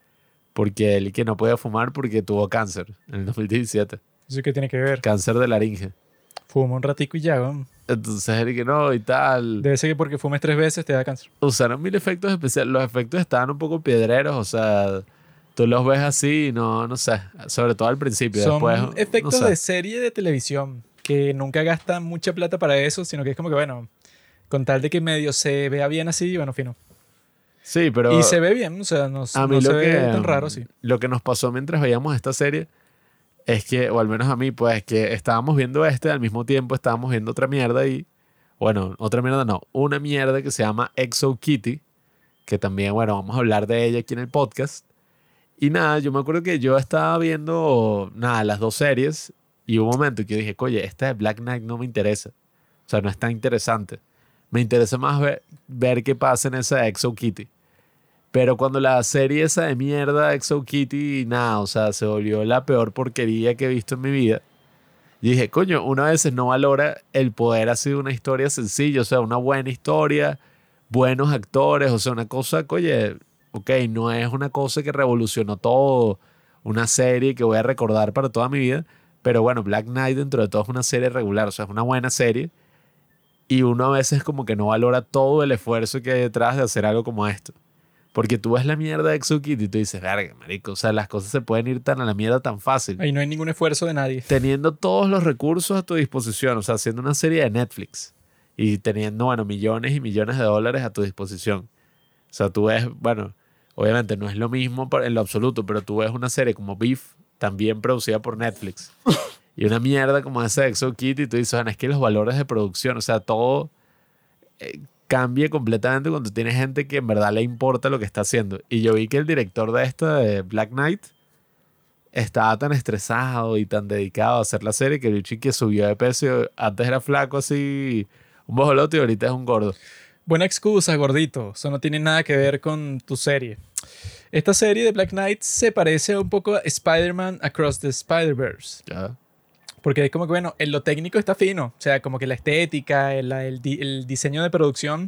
Speaker 2: Porque él que no podía fumar porque tuvo cáncer en el dos mil diecisiete.
Speaker 1: Eso qué tiene que ver.
Speaker 2: Cáncer de laringe.
Speaker 1: Fuma un ratico y ya, weón.
Speaker 2: Entonces él que no y tal.
Speaker 1: Debe ser que porque fumes tres veces te da cáncer.
Speaker 2: Usaron mil efectos especiales. Los efectos estaban un poco piedreros, o sea, tú los ves así y no, no sé. Sobre todo al principio.
Speaker 1: Son
Speaker 2: Después,
Speaker 1: efectos
Speaker 2: no sé.
Speaker 1: de serie de televisión que nunca gastan mucha plata para eso, sino que es como que, bueno, con tal de que medio se vea bien así, bueno, fino.
Speaker 2: Sí, pero
Speaker 1: Y se ve bien, o sea, no,
Speaker 2: a mí
Speaker 1: no se
Speaker 2: lo
Speaker 1: ve
Speaker 2: que,
Speaker 1: tan raro, sí.
Speaker 2: lo que nos pasó mientras veíamos esta serie es que, o al menos a mí, pues, que estábamos viendo este, al mismo tiempo estábamos viendo otra mierda y, bueno, otra mierda no, una mierda que se llama Exo Kitty, que también, bueno, vamos a hablar de ella aquí en el podcast. Y nada, yo me acuerdo que yo estaba viendo, nada, las dos series y hubo un momento que yo dije, oye, esta de Black Knight no me interesa. O sea, no es tan interesante. Me interesa más ver, ver qué pasa en esa Exo Kitty. Pero cuando la serie esa de mierda, Exo Kitty, nada, o sea, se volvió la peor porquería que he visto en mi vida. Y dije, coño, una vez no valora el poder así de una historia sencilla, o sea, una buena historia, buenos actores, o sea, una cosa, oye, ok, no es una cosa que revolucionó todo, una serie que voy a recordar para toda mi vida, pero bueno, Black Knight dentro de todo es una serie regular, o sea, es una buena serie. Y uno a veces como que no valora todo el esfuerzo que hay detrás de hacer algo como esto. Porque tú ves la mierda de Exo Kitty y tú dices, verga, marico, o sea, las cosas se pueden ir tan a la mierda tan fácil.
Speaker 1: Ahí no hay ningún esfuerzo de nadie.
Speaker 2: Teniendo todos los recursos a tu disposición, o sea, haciendo una serie de Netflix y teniendo, bueno, millones y millones de dólares a tu disposición. O sea, tú ves, bueno, obviamente no es lo mismo por- en lo absoluto, pero tú ves una serie como Beef, también producida por Netflix, y una mierda como esa de Exo Kitty y tú dices, bueno, es que los valores de producción, o sea, todo eh, cambia completamente cuando tienes gente que en verdad le importa lo que está haciendo. Y yo vi que el director de esta, de Black Knight, estaba tan estresado y tan dedicado a hacer la serie que el bicho que subió de peso. Antes era flaco así, un bojolote, y ahorita es un gordo.
Speaker 1: Buena excusa, gordito. Eso no tiene nada que ver con tu serie. Esta serie de Black Knight se parece un poco a Spider-Man Across the Spider-Verse.
Speaker 2: Ya.
Speaker 1: Porque es como que, bueno, en lo técnico está fino. O sea, como que la estética, el, el di- el diseño de producción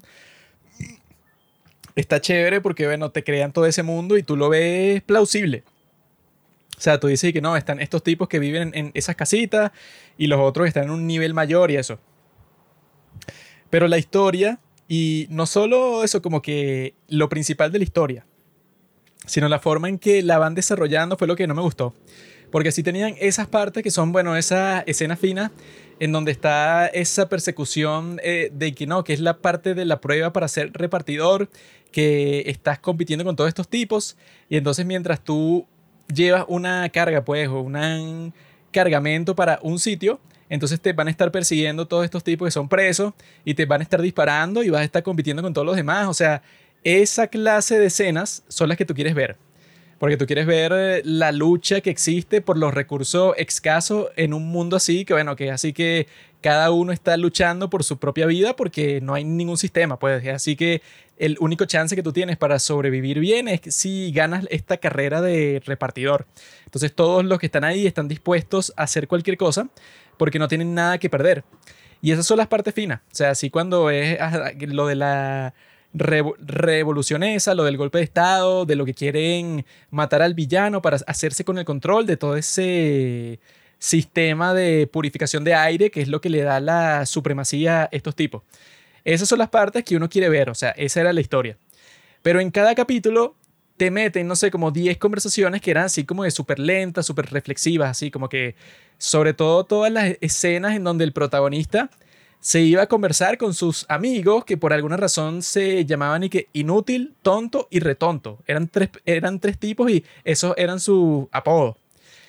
Speaker 1: está chévere porque, bueno, te crean todo ese mundo y tú lo ves plausible. O sea, tú dices que no, están estos tipos que viven en, en esas casitas y los otros están en un nivel mayor y eso. Pero la historia, y no solo eso, como que lo principal de la historia, sino la forma en que la van desarrollando fue lo que no me gustó. Porque sí tenían esas partes que son, bueno, esas escenas finas en donde está esa persecución eh, de que no, que es la parte de la prueba para ser repartidor, que estás compitiendo con todos estos tipos y entonces mientras tú llevas una carga, pues, o un cargamento para un sitio, entonces te van a estar persiguiendo todos estos tipos que son presos y te van a estar disparando y vas a estar compitiendo con todos los demás. O sea, esa clase de escenas son las que tú quieres ver. Porque tú quieres ver eh, la lucha que existe por los recursos escasos en un mundo así, que bueno, que así que cada uno está luchando por su propia vida porque no hay ningún sistema, pues. Así que el único chance que tú tienes para sobrevivir bien es que si ganas esta carrera de repartidor. Entonces todos los que están ahí están dispuestos a hacer cualquier cosa porque no tienen nada que perder. Y esas son las partes finas. O sea, así cuando es ah, lo de la revo- revolución esa, lo del golpe de estado, de lo que quieren matar al villano para hacerse con el control de todo ese sistema de purificación de aire, que es lo que le da la supremacía a estos tipos. Esas son las partes que uno quiere ver, o sea, esa era la historia. Pero en cada capítulo te meten, no sé, como diez conversaciones que eran así como de súper lentas, súper reflexivas, así como que, sobre todo todas las escenas en donde el protagonista se iba a conversar con sus amigos que por alguna razón se llamaban y que inútil, tonto y retonto. Eran tres, eran tres tipos y esos eran sus apodos.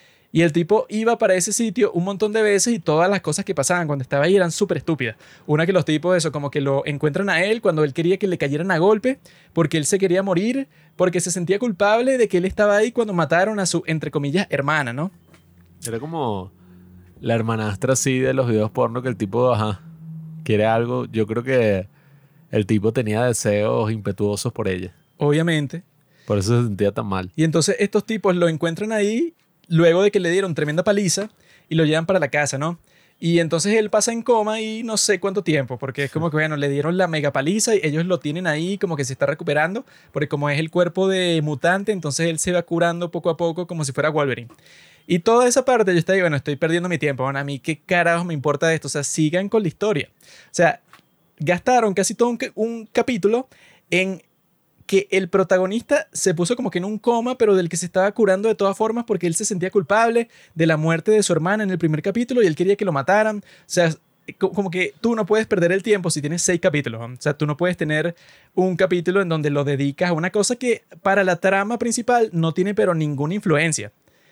Speaker 1: Y el tipo iba para ese sitio un montón de veces y todas las cosas que pasaban cuando estaba ahí eran súper estúpidas. Una que los tipos, eso, como que lo encuentran a él cuando él quería que le cayeran a golpe porque él se quería morir, porque se sentía culpable de que él estaba ahí cuando mataron a su, entre comillas, hermana, ¿no?
Speaker 2: Era como la hermanastra así de los videos porno que el tipo, ajá, quiere algo. Yo creo que el tipo tenía deseos impetuosos por ella.
Speaker 1: Obviamente.
Speaker 2: Por eso se sentía tan mal.
Speaker 1: Y entonces estos tipos lo encuentran ahí luego de que le dieron tremenda paliza y lo llevan para la casa, ¿no? Y entonces él pasa en coma y no sé cuánto tiempo, porque es como que, bueno, le dieron la mega paliza y ellos lo tienen ahí como que se está recuperando, porque como es el cuerpo de mutante, entonces él se va curando poco a poco como si fuera Wolverine. Y toda esa parte yo estoy, bueno, estoy perdiendo mi tiempo, bueno, a mí qué carajos me importa esto, o sea, sigan con la historia. O sea, gastaron casi todo un, un capítulo en que el protagonista se puso como que en un coma, pero del que se estaba curando de todas formas porque él se sentía culpable de la muerte de su hermana en el primer capítulo y él quería que lo mataran. O sea, como que tú no puedes perder el tiempo si tienes seis capítulos, ¿no? O sea, tú no puedes tener un capítulo en donde lo dedicas a una cosa que para la trama principal no tiene pero ninguna influencia.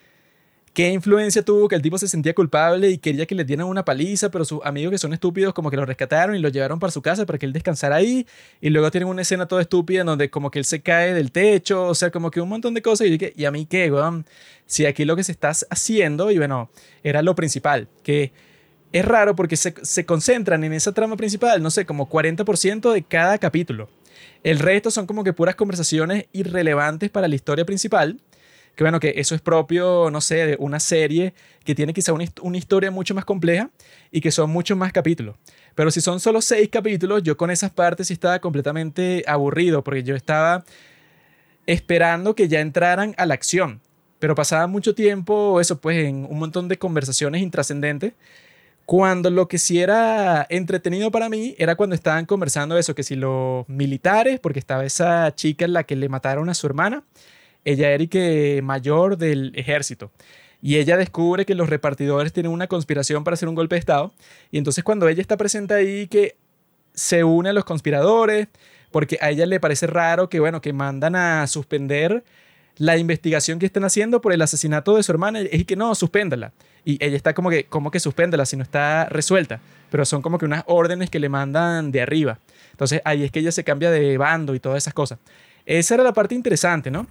Speaker 1: ¿Qué influencia tuvo que el tipo se sentía culpable y quería que le dieran una paliza, pero sus amigos que son estúpidos como que lo rescataron y lo llevaron para su casa para que él descansara ahí? Y luego tienen una escena toda estúpida en donde como que él se cae del techo, o sea, como que un montón de cosas. Y yo dije, ¿y a mí qué, weón? Si aquí lo que se está haciendo, y bueno, era lo principal, que es raro porque se, se concentran en esa trama principal, no sé, como cuarenta por ciento de cada capítulo. El resto son como que puras conversaciones irrelevantes para la historia principal. Que bueno, que eso es propio, no sé, de una serie que tiene quizá una, una historia mucho más compleja y que son muchos más capítulos. Pero si son solo seis capítulos, yo con esas partes sí estaba completamente aburrido porque yo estaba esperando que ya entraran a la acción. Pero pasaba mucho tiempo, eso pues, en un montón de conversaciones intrascendentes. Cuando lo que sí era entretenido para mí era cuando estaban conversando eso, que si los militares, porque estaba esa chica en la que le mataron a su hermana. Ella era que mayor del ejército. Y ella descubre que los repartidores tienen una conspiración para hacer un golpe de estado. Y entonces cuando ella está presente ahí, que se une a los conspiradores, porque a ella le parece raro que, bueno, que mandan a suspender la investigación que están haciendo por el asesinato de su hermana. Es que no, suspéndala. Y ella está como que, ¿cómo que suspéndela si no está resuelta? Pero son como que unas órdenes que le mandan de arriba. Entonces ahí es que ella se cambia de bando y todas esas cosas. Esa era la parte interesante, ¿no?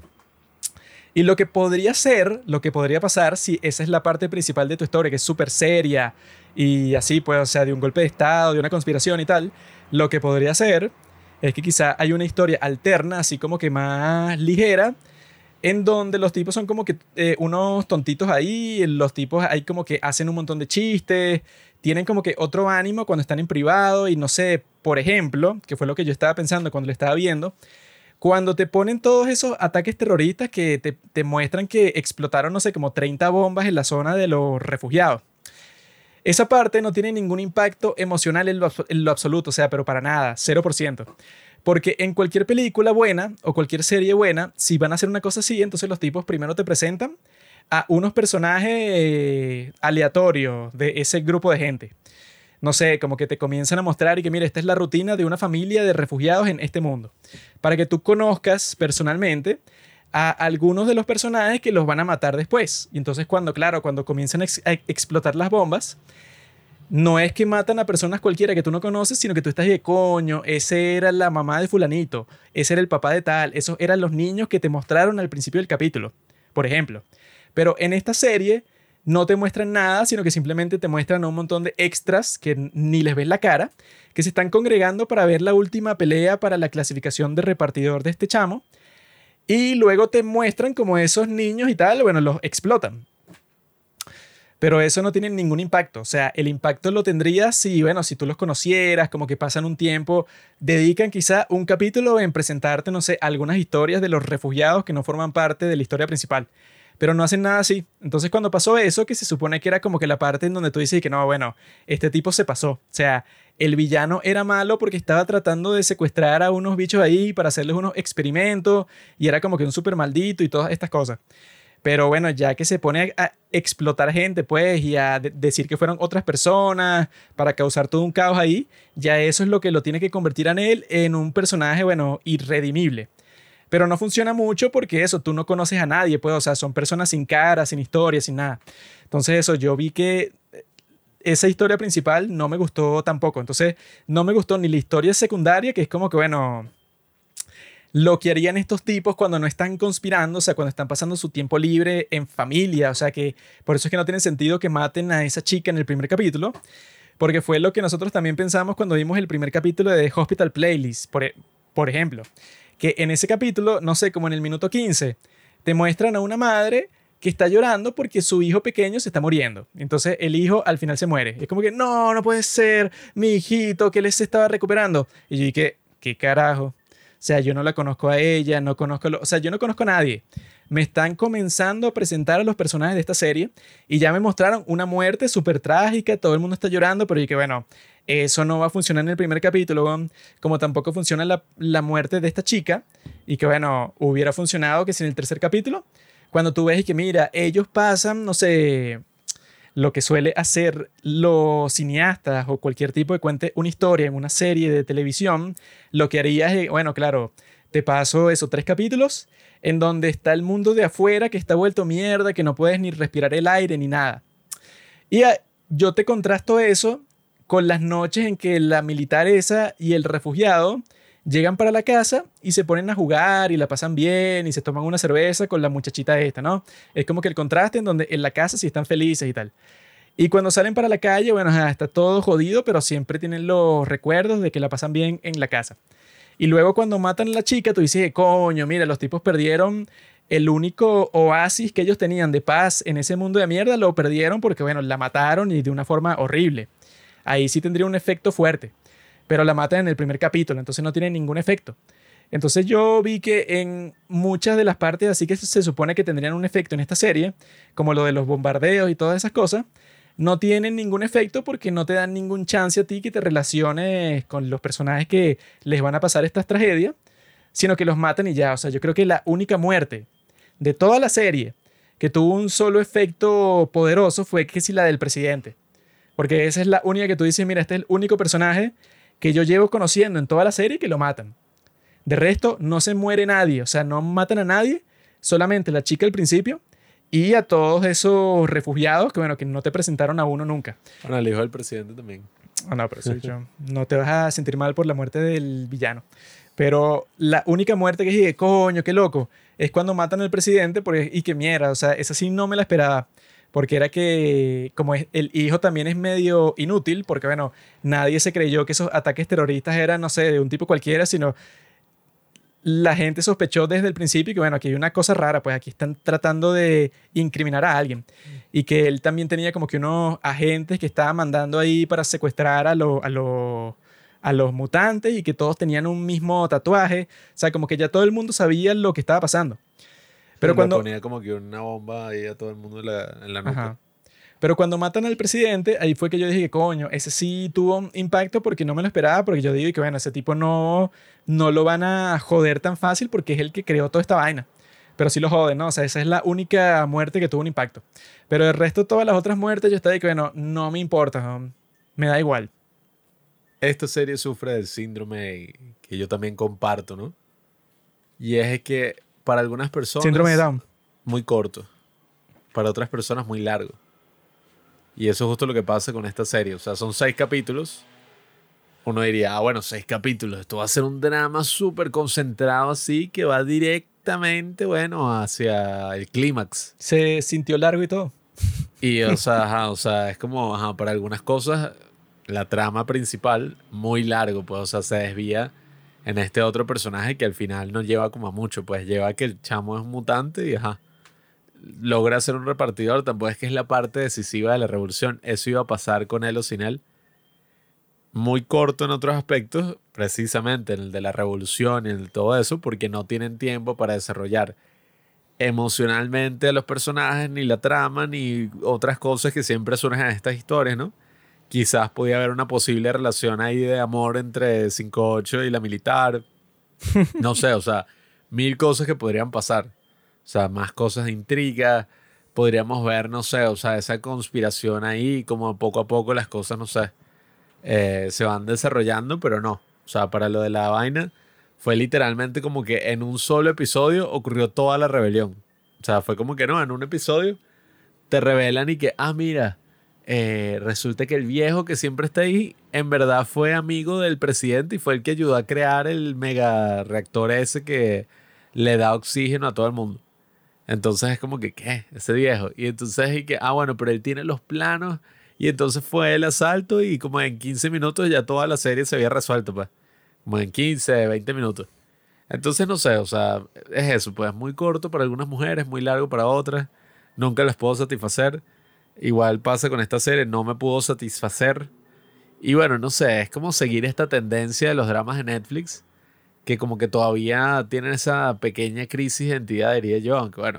Speaker 1: Y lo que podría ser, lo que podría pasar si esa es la parte principal de tu historia, que es súper seria y así, pues, o sea, de un golpe de estado, de una conspiración y tal, lo que podría ser es que quizá hay una historia alterna, así como que más ligera, en donde los tipos son como que eh, unos tontitos ahí, los tipos ahí como que hacen un montón de chistes, tienen como que otro ánimo cuando están en privado y no sé, por ejemplo, que fue lo que yo estaba pensando cuando lo estaba viendo, cuando te ponen todos esos ataques terroristas que te, te muestran que explotaron, no sé, como treinta bombas en la zona de los refugiados. Esa parte no tiene ningún impacto emocional en lo, en lo absoluto, o sea, pero para nada, cero por ciento. Porque en cualquier película buena o cualquier serie buena, si van a hacer una cosa así, entonces los tipos primero te presentan a unos personajes eh, aleatorios de ese grupo de gente. No sé, como que te comienzan a mostrar y que mira, esta es la rutina de una familia de refugiados en este mundo. Para que tú conozcas personalmente a algunos de los personajes que los van a matar después. Y entonces cuando, claro, cuando comienzan a, ex a explotar las bombas, no es que matan a personas cualquiera que tú no conoces, sino que tú estás de coño, ese era la mamá de fulanito, ese era el papá de tal, esos eran los niños que te mostraron al principio del capítulo, por ejemplo. Pero en esta serie no te muestran nada, sino que simplemente te muestran a un montón de extras que ni les ves la cara, que se están congregando para ver la última pelea para la clasificación de repartidor de este chamo. Y luego te muestran como esos niños y tal, bueno, los explotan. Pero eso no tiene ningún impacto. O sea, el impacto lo tendría si, bueno, si tú los conocieras, como que pasan un tiempo, dedican quizá un capítulo en presentarte, no sé, algunas historias de los refugiados que no forman parte de la historia principal. Pero no hacen nada así. Entonces cuando pasó eso, que se supone que era como que la parte en donde tú dices que no, bueno, este tipo se pasó. O sea, el villano era malo porque estaba tratando de secuestrar a unos bichos ahí para hacerles unos experimentos y era como que un súper maldito y todas estas cosas. Pero bueno, ya que se pone a explotar gente, pues, y a de decir que fueron otras personas para causar todo un caos ahí, ya eso es lo que lo tiene que convertir a él en un personaje, bueno, irredimible. Pero no funciona mucho porque eso, tú no conoces a nadie, pues, o sea, son personas sin cara, sin historia, sin nada. Entonces eso, yo vi que esa historia principal no me gustó tampoco. Entonces no me gustó ni la historia secundaria, que es como que, bueno, lo que harían estos tipos cuando no están conspirando, o sea, cuando están pasando su tiempo libre en familia, o sea, que por eso es que no tiene sentido que maten a esa chica en el primer capítulo, porque fue lo que nosotros también pensamos cuando vimos el primer capítulo de Hospital Playlist, por, por ejemplo. Que en ese capítulo, no sé, como en el minuto quince, te muestran a una madre que está llorando porque su hijo pequeño se está muriendo. Entonces el hijo al final se muere. Es como que, no, no puede ser, mi hijito, que él se estaba recuperando. Y yo dije, ¿qué carajo? O sea, yo no la conozco a ella, no conozco, lo, o sea, yo no conozco a nadie. Me están comenzando a presentar a los personajes de esta serie y ya me mostraron una muerte súper trágica, todo el mundo está llorando, pero yo dije, bueno, eso no va a funcionar en el primer capítulo, como tampoco funciona la, la muerte de esta chica, y que bueno, hubiera funcionado que si en el tercer capítulo, cuando tú ves y que mira, ellos pasan, no sé, lo que suele hacer los cineastas o cualquier tipo que cuente una historia en una serie de televisión, lo que harías es, bueno, claro, te paso esos tres capítulos en donde está el mundo de afuera que está vuelto mierda, que no puedes ni respirar el aire ni nada. Y a, yo te contrasto eso con las noches en que la militar esa y el refugiado llegan para la casa y se ponen a jugar y la pasan bien y se toman una cerveza con la muchachita esta, ¿no? Es como que el contraste en donde en la casa sí están felices y tal. Y cuando salen para la calle, bueno, ajá, está todo jodido, pero siempre tienen los recuerdos de que la pasan bien en la casa. Y luego cuando matan a la chica, tú dices, coño, mira, los tipos perdieron el único oasis que ellos tenían de paz en ese mundo de mierda, lo perdieron porque, bueno, la mataron y de una forma horrible. Ahí sí tendría un efecto fuerte, pero la matan en el primer capítulo, entonces no tiene ningún efecto. Entonces yo vi que en muchas de las partes así que se supone que tendrían un efecto en esta serie, como lo de los bombardeos y todas esas cosas, no tienen ningún efecto porque no te dan ningún chance a ti que te relaciones con los personajes que les van a pasar estas tragedias, sino que los matan y ya. O sea, yo creo que la única muerte de toda la serie que tuvo un solo efecto poderoso fue que si la del presidente. Porque esa es la única que tú dices, mira, este es el único personaje que yo llevo conociendo en toda la serie que lo matan. De resto, no se muere nadie, o sea, no matan a nadie, solamente la chica al principio y a todos esos refugiados que, bueno, que no te presentaron a uno nunca.
Speaker 2: Bueno, el hijo del presidente también.
Speaker 1: Oh, no, pero soy yo. No te vas a sentir mal por la muerte del villano. Pero la única muerte que dije, coño, qué loco, es cuando matan al presidente porque, y que mierda, o sea, esa sí no me la esperaba. Porque era que, como es, el hijo también es medio inútil, porque bueno, nadie se creyó que esos ataques terroristas eran, no sé, de un tipo cualquiera, sino la gente sospechó desde el principio que, bueno, aquí hay una cosa rara, pues aquí están tratando de incriminar a alguien. Y que él también tenía como que unos agentes que estaban mandando ahí para secuestrar a, lo, a, lo, a los mutantes y que todos tenían un mismo tatuaje. O sea, como que ya todo el mundo sabía lo que estaba pasando. Pero
Speaker 2: le
Speaker 1: cuando
Speaker 2: ponía como que una bomba ahí a todo el mundo en la, en la nuca.
Speaker 1: Ajá. Pero cuando matan al presidente, ahí fue que yo dije que coño, ese sí tuvo un impacto porque no me lo esperaba, porque yo digo que bueno, ese tipo no, no lo van a joder tan fácil porque es el que creó toda esta vaina. Pero sí lo joden, ¿no? O sea, esa es la única muerte que tuvo un impacto. Pero el resto, todas las otras muertes, yo estaba de que bueno, no me importa, ¿no? Me da igual.
Speaker 2: Esta serie sufre del síndrome que yo también comparto, ¿no? Y es que para algunas
Speaker 1: Síndrome de
Speaker 2: personas,
Speaker 1: Down.
Speaker 2: muy corto. Para otras personas, muy largo. Y eso es justo lo que pasa con esta serie. O sea, son seis capítulos. Uno diría, ah, bueno, seis capítulos. Esto va a ser un drama súper concentrado así que va directamente, bueno, hacia el clímax.
Speaker 1: Se sintió largo y todo.
Speaker 2: Y, o sea, ajá, o sea, es como, ajá, para algunas cosas, la trama principal, muy largo, pues, o sea, se desvía en este otro personaje que al final no lleva como a mucho, pues lleva a que el chamo es un mutante y, ajá, logra ser un repartidor, tampoco es que es la parte decisiva de la revolución. Eso iba a pasar con él o sin él. Muy corto en otros aspectos, precisamente en el de la revolución y en el todo eso, porque no tienen tiempo para desarrollar emocionalmente a los personajes, ni la trama, ni otras cosas que siempre surgen en estas historias, ¿no? Quizás podía haber una posible relación ahí de amor entre cinco ocho y la militar. No sé, o sea, mil cosas que podrían pasar. O sea, más cosas de intriga. Podríamos ver, no sé, o sea, esa conspiración ahí, como poco a poco las cosas, no sé, eh, se van desarrollando, pero no. O sea, para lo de la vaina, fue literalmente como que en un solo episodio ocurrió toda la rebelión. O sea, fue como que no, en un episodio te revelan y que, ah, mira, eh, resulta que el viejo que siempre está ahí, en verdad fue amigo del presidente y fue el que ayudó a crear el mega reactor ese que le da oxígeno a todo el mundo. Entonces es como que, ¿qué? Ese viejo. Y entonces es que, ah, bueno, pero él tiene los planos. Y entonces fue el asalto y como en quince minutos ya toda la serie se había resuelto, pues. Como en quince veinte minutos. Entonces no sé, o sea, es eso, pues muy corto para algunas mujeres, muy largo para otras. Nunca las puedo satisfacer. Igual pasa con esta serie, no me pudo satisfacer. Y bueno, no sé, es como seguir esta tendencia de los dramas de Netflix, que como que todavía tienen esa pequeña crisis de identidad, diría yo, aunque bueno,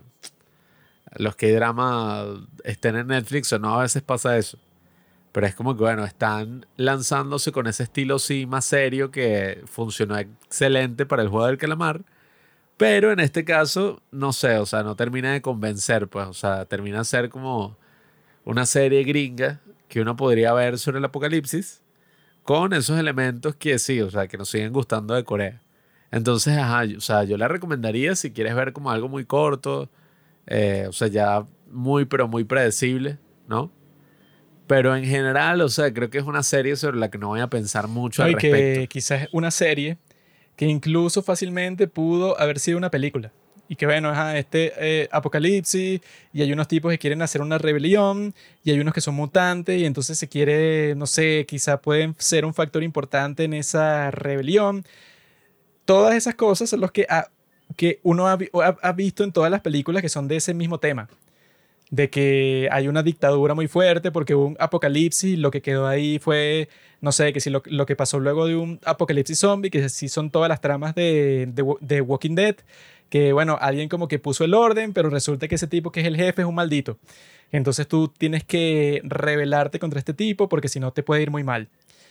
Speaker 2: los que drama estén en Netflix o no, a veces pasa eso. Pero es como que bueno, están lanzándose con ese estilo sí más serio que funcionó excelente para el juego del calamar. Pero en este caso, no sé, o sea, no termina de convencer, pues, o sea, termina de ser como una serie gringa que uno podría ver sobre el apocalipsis con esos elementos que sí, o sea, que nos siguen gustando de Corea. Entonces, ajá, yo- o sea, yo la recomendaría si quieres ver como algo muy corto, eh, o sea, ya muy, pero muy predecible, ¿no? Pero en general, o sea, creo que es una serie sobre la que no voy a pensar mucho
Speaker 1: No,
Speaker 2: al
Speaker 1: y
Speaker 2: respecto.
Speaker 1: que quizás es una serie que incluso fácilmente pudo haber sido una película. Y que bueno, ajá, este eh, apocalipsis, y hay unos tipos que quieren hacer una rebelión, y hay unos que son mutantes, y entonces se quiere, no sé, quizá pueden ser un factor importante en esa rebelión. Todas esas cosas son los que, ha- que uno ha, vi- ha- ha visto en todas las películas que son de ese mismo tema. De que hay una dictadura muy fuerte porque hubo un apocalipsis, lo que quedó ahí fue, no sé, que si lo, lo que pasó luego de un apocalipsis zombie, que sí son todas las tramas de, de, Wa- de Walking Dead, que bueno, alguien como que puso el orden, pero resulta que ese tipo que es el jefe es un maldito. Entonces tú tienes que rebelarte contra este tipo porque si no te puede ir muy mal.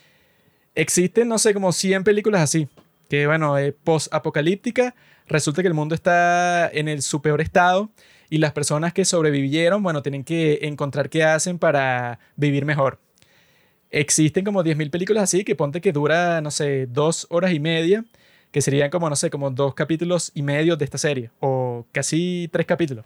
Speaker 1: Existen, no sé, como cien películas así, que bueno, eh, post-apocalíptica, resulta que el mundo está en el su peor estado y las personas que sobrevivieron, bueno, tienen que encontrar qué hacen para vivir mejor. Existen como diez mil películas así, que ponte que dura, no sé, dos horas y media, que serían como, no sé, como dos capítulos y medio de esta serie, o casi tres capítulos.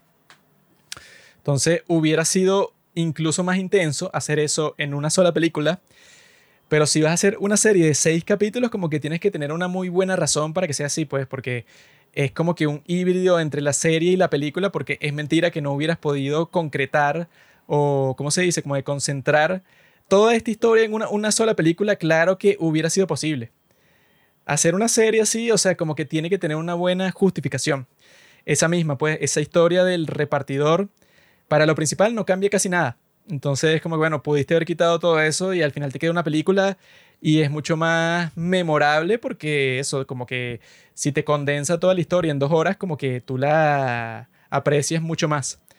Speaker 1: Entonces hubiera sido incluso más intenso hacer eso en una sola película, pero si vas a hacer una serie de seis capítulos, como que tienes que tener una muy buena razón para que sea así, pues, porque es como que un híbrido entre la serie y la película, porque es mentira que no hubieras podido concretar o, ¿cómo se dice? Como de concentrar toda esta historia en una, una sola película, claro que hubiera sido posible. Hacer una serie así, o sea, como que tiene que tener una buena justificación. Esa misma, pues, esa historia del repartidor, para lo principal no cambia casi nada. Entonces, como que, bueno, pudiste haber quitado todo eso y al final te queda una película y es mucho más memorable porque eso, como que si te condensa toda la historia en dos horas, como que tú la aprecias mucho más.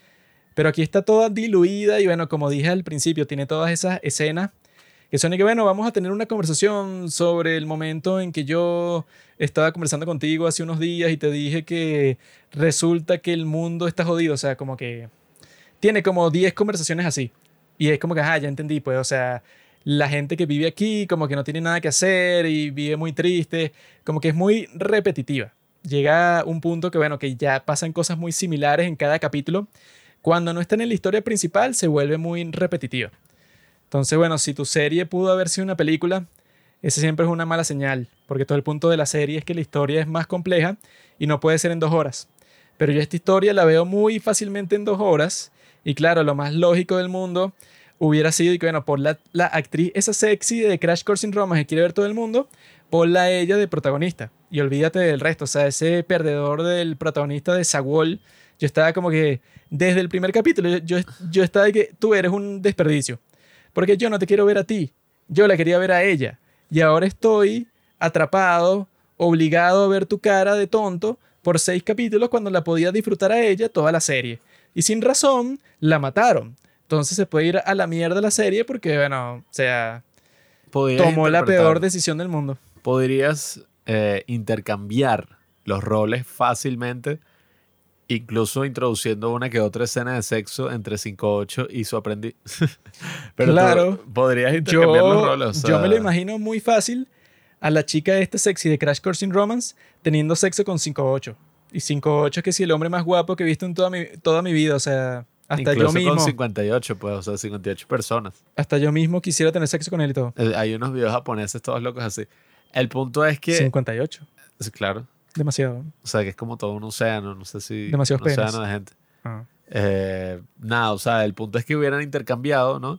Speaker 1: Pero aquí está toda diluida y bueno, como dije al principio, tiene todas esas escenas que son de que, bueno, vamos a tener una conversación sobre el momento en que yo estaba conversando contigo hace unos días y te dije que resulta que el mundo está jodido. O sea, como que tiene como diez conversaciones así. Y es como que, ah, ya entendí, pues, o sea, la gente que vive aquí como que no tiene nada que hacer y vive muy triste, como que es muy repetitiva. Llega un punto que, bueno, que ya pasan cosas muy similares en cada capítulo. Cuando no están en la historia principal, se vuelve muy repetitiva. Entonces, bueno, si tu serie pudo haber sido una película, ese siempre es una mala señal, porque todo el punto de la serie es que la historia es más compleja y no puede ser en dos horas. Pero yo esta historia la veo muy fácilmente en dos horas y claro, lo más lógico del mundo hubiera sido que, bueno, por la, la actriz esa sexy de Crash Course in Romance que quiere ver todo el mundo, ponla a ella de protagonista y olvídate del resto. O sea, ese perdedor del protagonista de Sagol, yo estaba como que desde el primer capítulo, yo, yo, yo estaba de que tú eres un desperdicio. Porque yo no te quiero ver a ti, yo la quería ver a ella. Y ahora estoy atrapado, obligado a ver tu cara de tonto por seis capítulos cuando la podía disfrutar a ella toda la serie. Y sin razón, la mataron. Entonces se puede ir a la mierda la serie porque, bueno, o sea,
Speaker 2: Podrías
Speaker 1: tomó la
Speaker 2: interpretar,
Speaker 1: peor decisión del mundo.
Speaker 2: podrías eh, intercambiar los roles fácilmente, incluso introduciendo una que otra escena de sexo entre cinco ocho y su aprendiz. Pero
Speaker 1: Claro,
Speaker 2: tú podrías intercambiar los
Speaker 1: yo,
Speaker 2: roles. O
Speaker 1: yo me lo
Speaker 2: sea,
Speaker 1: imagino muy fácil a la chica esta sexy de Crash Course in Romance teniendo sexo con cinco ocho. Y cinco ocho es que sí, el hombre más guapo que he visto en toda mi, toda mi vida. O sea, hasta yo
Speaker 2: incluso con
Speaker 1: mismo,
Speaker 2: cincuenta y ocho, pues, o sea, cincuenta y ocho personas.
Speaker 1: hasta yo mismo quisiera tener sexo con él y todo.
Speaker 2: Eh, Hay unos videos japoneses todos locos así. El punto es que,
Speaker 1: cincuenta y ocho.
Speaker 2: sí, claro,
Speaker 1: Demasiado.
Speaker 2: o sea, que es como todo un océano, no sé si
Speaker 1: Demasiados
Speaker 2: un océano
Speaker 1: penes.
Speaker 2: de gente.
Speaker 1: Ah.
Speaker 2: Eh, nada, o sea, el punto es que hubieran intercambiado, ¿no?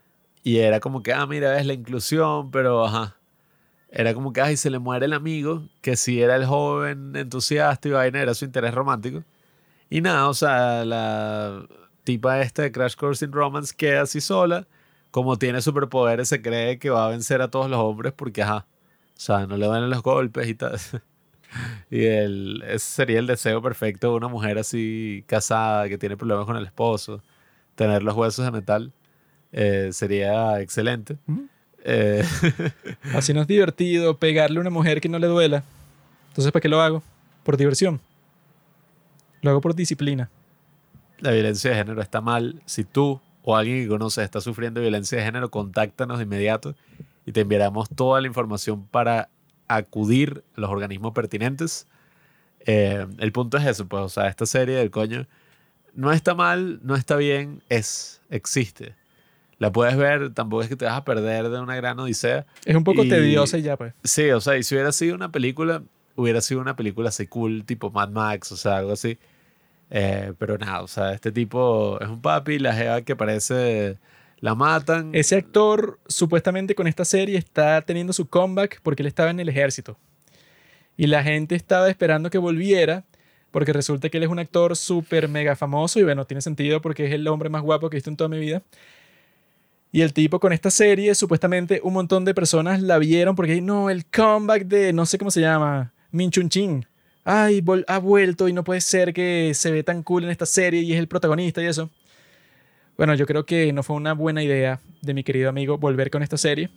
Speaker 2: Y era como que, ah, mira, es la inclusión, pero ajá. Era como que, ay, se le muere el amigo, que sí era el joven entusiasta y vaina, era su interés romántico. Y nada, o sea, la tipa esta de Crash Course in Romance queda así sola. Como tiene superpoderes, se cree que va a vencer a todos los hombres porque, ajá, o sea, no le van los golpes y tal. Y el, ese sería el deseo perfecto de una mujer así casada, que tiene problemas con el esposo. Tener los huesos de metal eh, sería excelente.
Speaker 1: ¿Mm?
Speaker 2: Eh,
Speaker 1: Así no es divertido pegarle a una mujer que no le duela. Entonces, ¿para qué lo hago? Por diversión. Lo hago por disciplina.
Speaker 2: la violencia de género está mal. Si tú o alguien que conoces está sufriendo violencia de género, contáctanos de inmediato y te enviaremos toda la información para acudir a los organismos pertinentes. Eh, el punto es eso, pues, o sea, esta serie del coño no está mal, no está bien, es, existe. La puedes ver, tampoco es que te vas a perder de una gran odisea.
Speaker 1: Es un poco
Speaker 2: Y
Speaker 1: tediosa y ya, pues.
Speaker 2: sí, o sea, y si hubiera sido una película, hubiera sido una película así cool, tipo Mad Max, o sea, algo así. Eh, pero nada, o sea, este tipo es un papi, la jeva que parece la matan.
Speaker 1: Ese actor, supuestamente con esta serie, está teniendo su comeback porque él estaba en el ejército. Y la gente estaba esperando que volviera porque resulta que él es un actor súper mega famoso y bueno, tiene sentido porque es el hombre más guapo que he visto en toda mi vida. Y el tipo con esta serie, supuestamente un montón de personas la vieron porque no, el comeback de, no sé cómo se llama, Min Chun Chin. Ay, vol- ha vuelto y no puede ser que se ve tan cool en esta serie y es el protagonista y eso. Bueno, yo creo que no fue una buena idea de mi querido amigo volver con esta serie.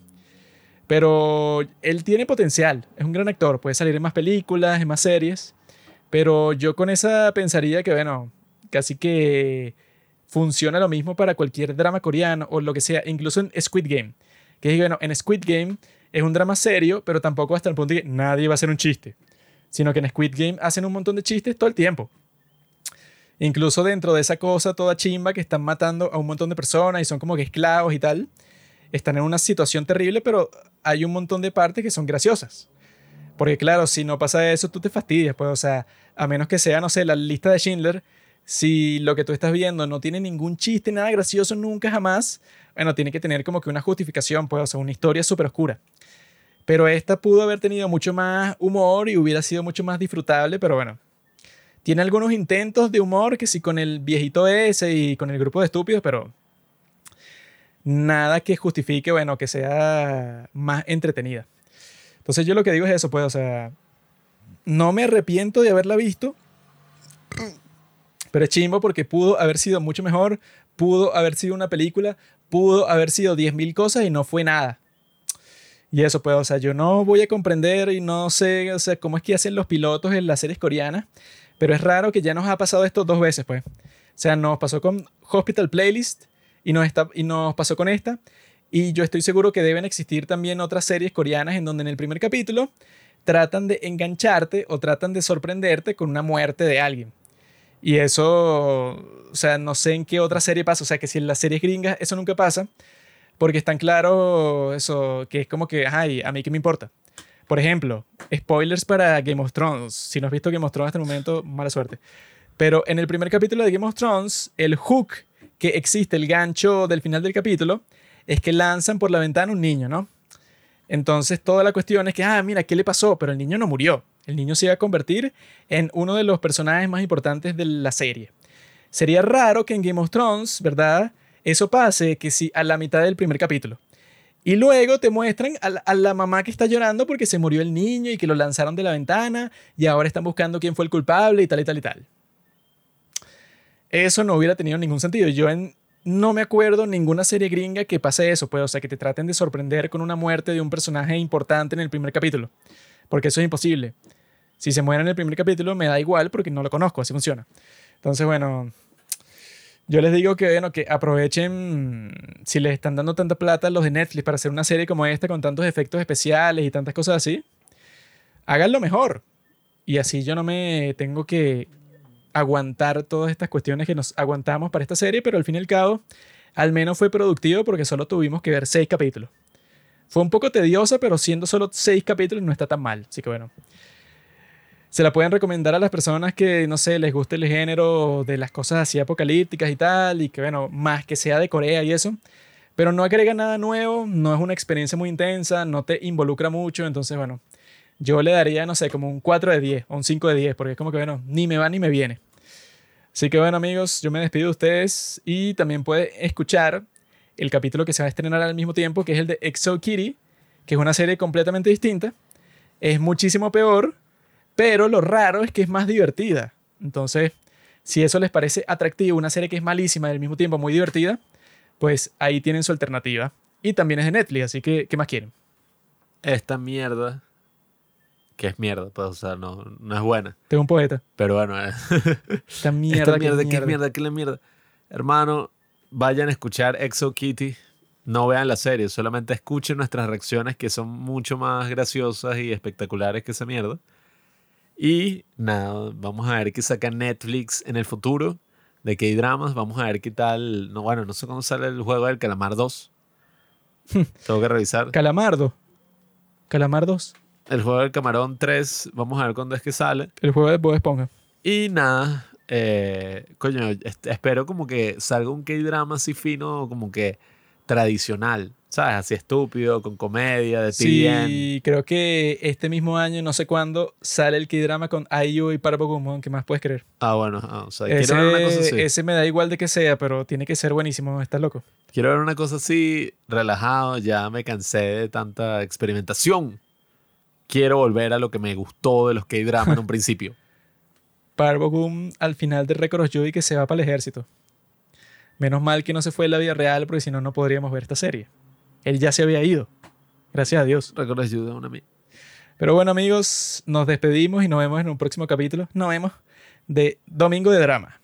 Speaker 1: Pero él tiene potencial, es un gran actor, puede salir en más películas, en más series. Pero yo con esa pensaría que, bueno, casi que funciona lo mismo para cualquier drama coreano o lo que sea, incluso en Squid Game. Que es, bueno, en Squid Game es un drama serio, pero tampoco hasta el punto de que nadie va a hacer un chiste. Sino que en Squid Game hacen un montón de chistes todo el tiempo. Incluso dentro de esa cosa toda chimba que están matando a un montón de personas y son como que esclavos y tal, están en una situación terrible, pero hay un montón de partes que son graciosas. Porque claro, si no pasa eso, tú te fastidias, pues, o sea, a menos que sea, no sé, la lista de Schindler, si lo que tú estás viendo no tiene ningún chiste, nada gracioso nunca jamás, bueno, tiene que tener como que una justificación, pues, o sea, una historia súper oscura. Pero esta pudo haber tenido mucho más humor y hubiera sido mucho más disfrutable, pero bueno. Tiene algunos intentos de humor que sí con el viejito ese y con el grupo de estúpidos, pero nada que justifique, bueno, que sea más entretenida. Entonces yo lo que digo es eso, pues, o sea, no me arrepiento de haberla visto, Pero es chimbo porque pudo haber sido mucho mejor, pudo haber sido una película, pudo haber sido diez mil cosas y no fue nada. Y eso pues, o sea, yo no voy a comprender y no sé, o sea, cómo es que hacen los pilotos en las series coreanas, pero es raro que ya nos ha pasado esto dos veces, pues. O sea, nos pasó con Hospital Playlist y nos, está, y nos pasó con esta. Y yo estoy seguro que deben existir también otras series coreanas en donde en el primer capítulo tratan de engancharte o tratan de sorprenderte con una muerte de alguien. Y eso, o sea, no sé en qué otra serie pasa. O sea, que si en las series gringas eso nunca pasa, porque es tan claro eso, que es como que, ay, a mí qué me importa. Por ejemplo, spoilers para Game of Thrones. Si no has visto Game of Thrones hasta el momento, mala suerte. Pero en el primer capítulo de Game of Thrones, el hook que existe, el gancho del final del capítulo, es que lanzan por la ventana un niño, ¿no? Entonces toda la cuestión es que, ah, mira, ¿qué le pasó? Pero el niño no murió. El niño se iba a convertir en uno de los personajes más importantes de la serie. Sería raro que en Game of Thrones, ¿verdad? Eso pase que si a la mitad del primer capítulo. Y luego te muestran a la, a la mamá que está llorando porque se murió el niño y que lo lanzaron de la ventana y ahora están buscando quién fue el culpable y tal y tal y tal. Eso no hubiera tenido ningún sentido. Yo en, no me acuerdo ninguna serie gringa que pase eso, pues, o sea, que te traten de sorprender con una muerte de un personaje importante en el primer capítulo. Porque eso es imposible. Si se muere en el primer capítulo me da igual porque no lo conozco, así funciona. Entonces, bueno, yo les digo que, bueno, que aprovechen, si les están dando tanta plata a los de Netflix para hacer una serie como esta con tantos efectos especiales y tantas cosas así, háganlo mejor. Y así yo no me tengo que aguantar todas estas cuestiones que nos aguantamos para esta serie, pero al fin y al cabo, al menos fue productivo porque solo tuvimos que ver seis capítulos. Fue un poco tediosa, pero siendo solo seis capítulos no está tan mal. Así que bueno, se la pueden recomendar a las personas que, no sé, les guste el género de las cosas así apocalípticas y tal, y que, bueno, más que sea de Corea y eso, pero no agrega nada nuevo, no es una experiencia muy intensa, no te involucra mucho, entonces, bueno, yo le daría, no sé, como un cuatro de diez o un cinco de diez, porque es como que, bueno, ni me va ni me viene. Así que, bueno, amigos, yo me despido de ustedes y también pueden escuchar el capítulo que se va a estrenar al mismo tiempo, que es el de Exo Kitty, que es una serie completamente distinta, es muchísimo peor, pero lo raro es que es más divertida. Entonces, si eso les parece atractivo, una serie que es malísima y al mismo tiempo muy divertida, pues ahí tienen su alternativa. Y también es de Netflix, así que, ¿qué más quieren?
Speaker 2: Esta mierda, que es mierda, pues, o sea, no, no es buena.
Speaker 1: Tengo un poeta.
Speaker 2: Pero bueno, eh.
Speaker 1: Esta mierda,
Speaker 2: Esta mierda,
Speaker 1: ¿qué
Speaker 2: ¿qué es mierda? ¿Qué es la mierda? Hermano, vayan a escuchar Exo Kitty. No vean la serie, solamente escuchen nuestras reacciones que son mucho más graciosas y espectaculares que esa mierda. Y nada, vamos a ver qué saca Netflix en el futuro de K-Dramas. Vamos a ver qué tal. No, bueno, no sé cuándo sale el juego del Calamar dos. Tengo que revisar.
Speaker 1: Calamardo. Calamar dos.
Speaker 2: El juego del Camarón tres. Vamos a ver cuándo es que sale.
Speaker 1: El juego de Bob Esponja.
Speaker 2: Y nada, eh, coño, est- espero como que salga un K-Drama así fino, como que tradicional. ¿Sabes? Así estúpido, con comedia, de T V N.
Speaker 1: Sí, creo que este mismo año, no sé cuándo, sale el K-drama con I U y Park Bo-gum, ¿qué más puedes creer?
Speaker 2: Ah, bueno, ah, o sea,
Speaker 1: Ese,
Speaker 2: quiero ver una cosa así.
Speaker 1: ese me da igual de que sea, pero tiene que ser buenísimo, ¿estás loco?
Speaker 2: Quiero ver una cosa así, relajado, ya me cansé de tanta experimentación. Quiero volver a lo que me gustó de los K-Drama en un principio.
Speaker 1: Park Bo-gum al final de Record Joy que se va para el ejército. Menos mal que no se fue en la vida real, porque si no, no podríamos ver esta serie. Él ya se había ido. Gracias a Dios.
Speaker 2: Recuerda ayuda a una amiga.
Speaker 1: Pero bueno, amigos, nos despedimos y nos vemos en un próximo capítulo. Nos vemos de Domingo de Drama.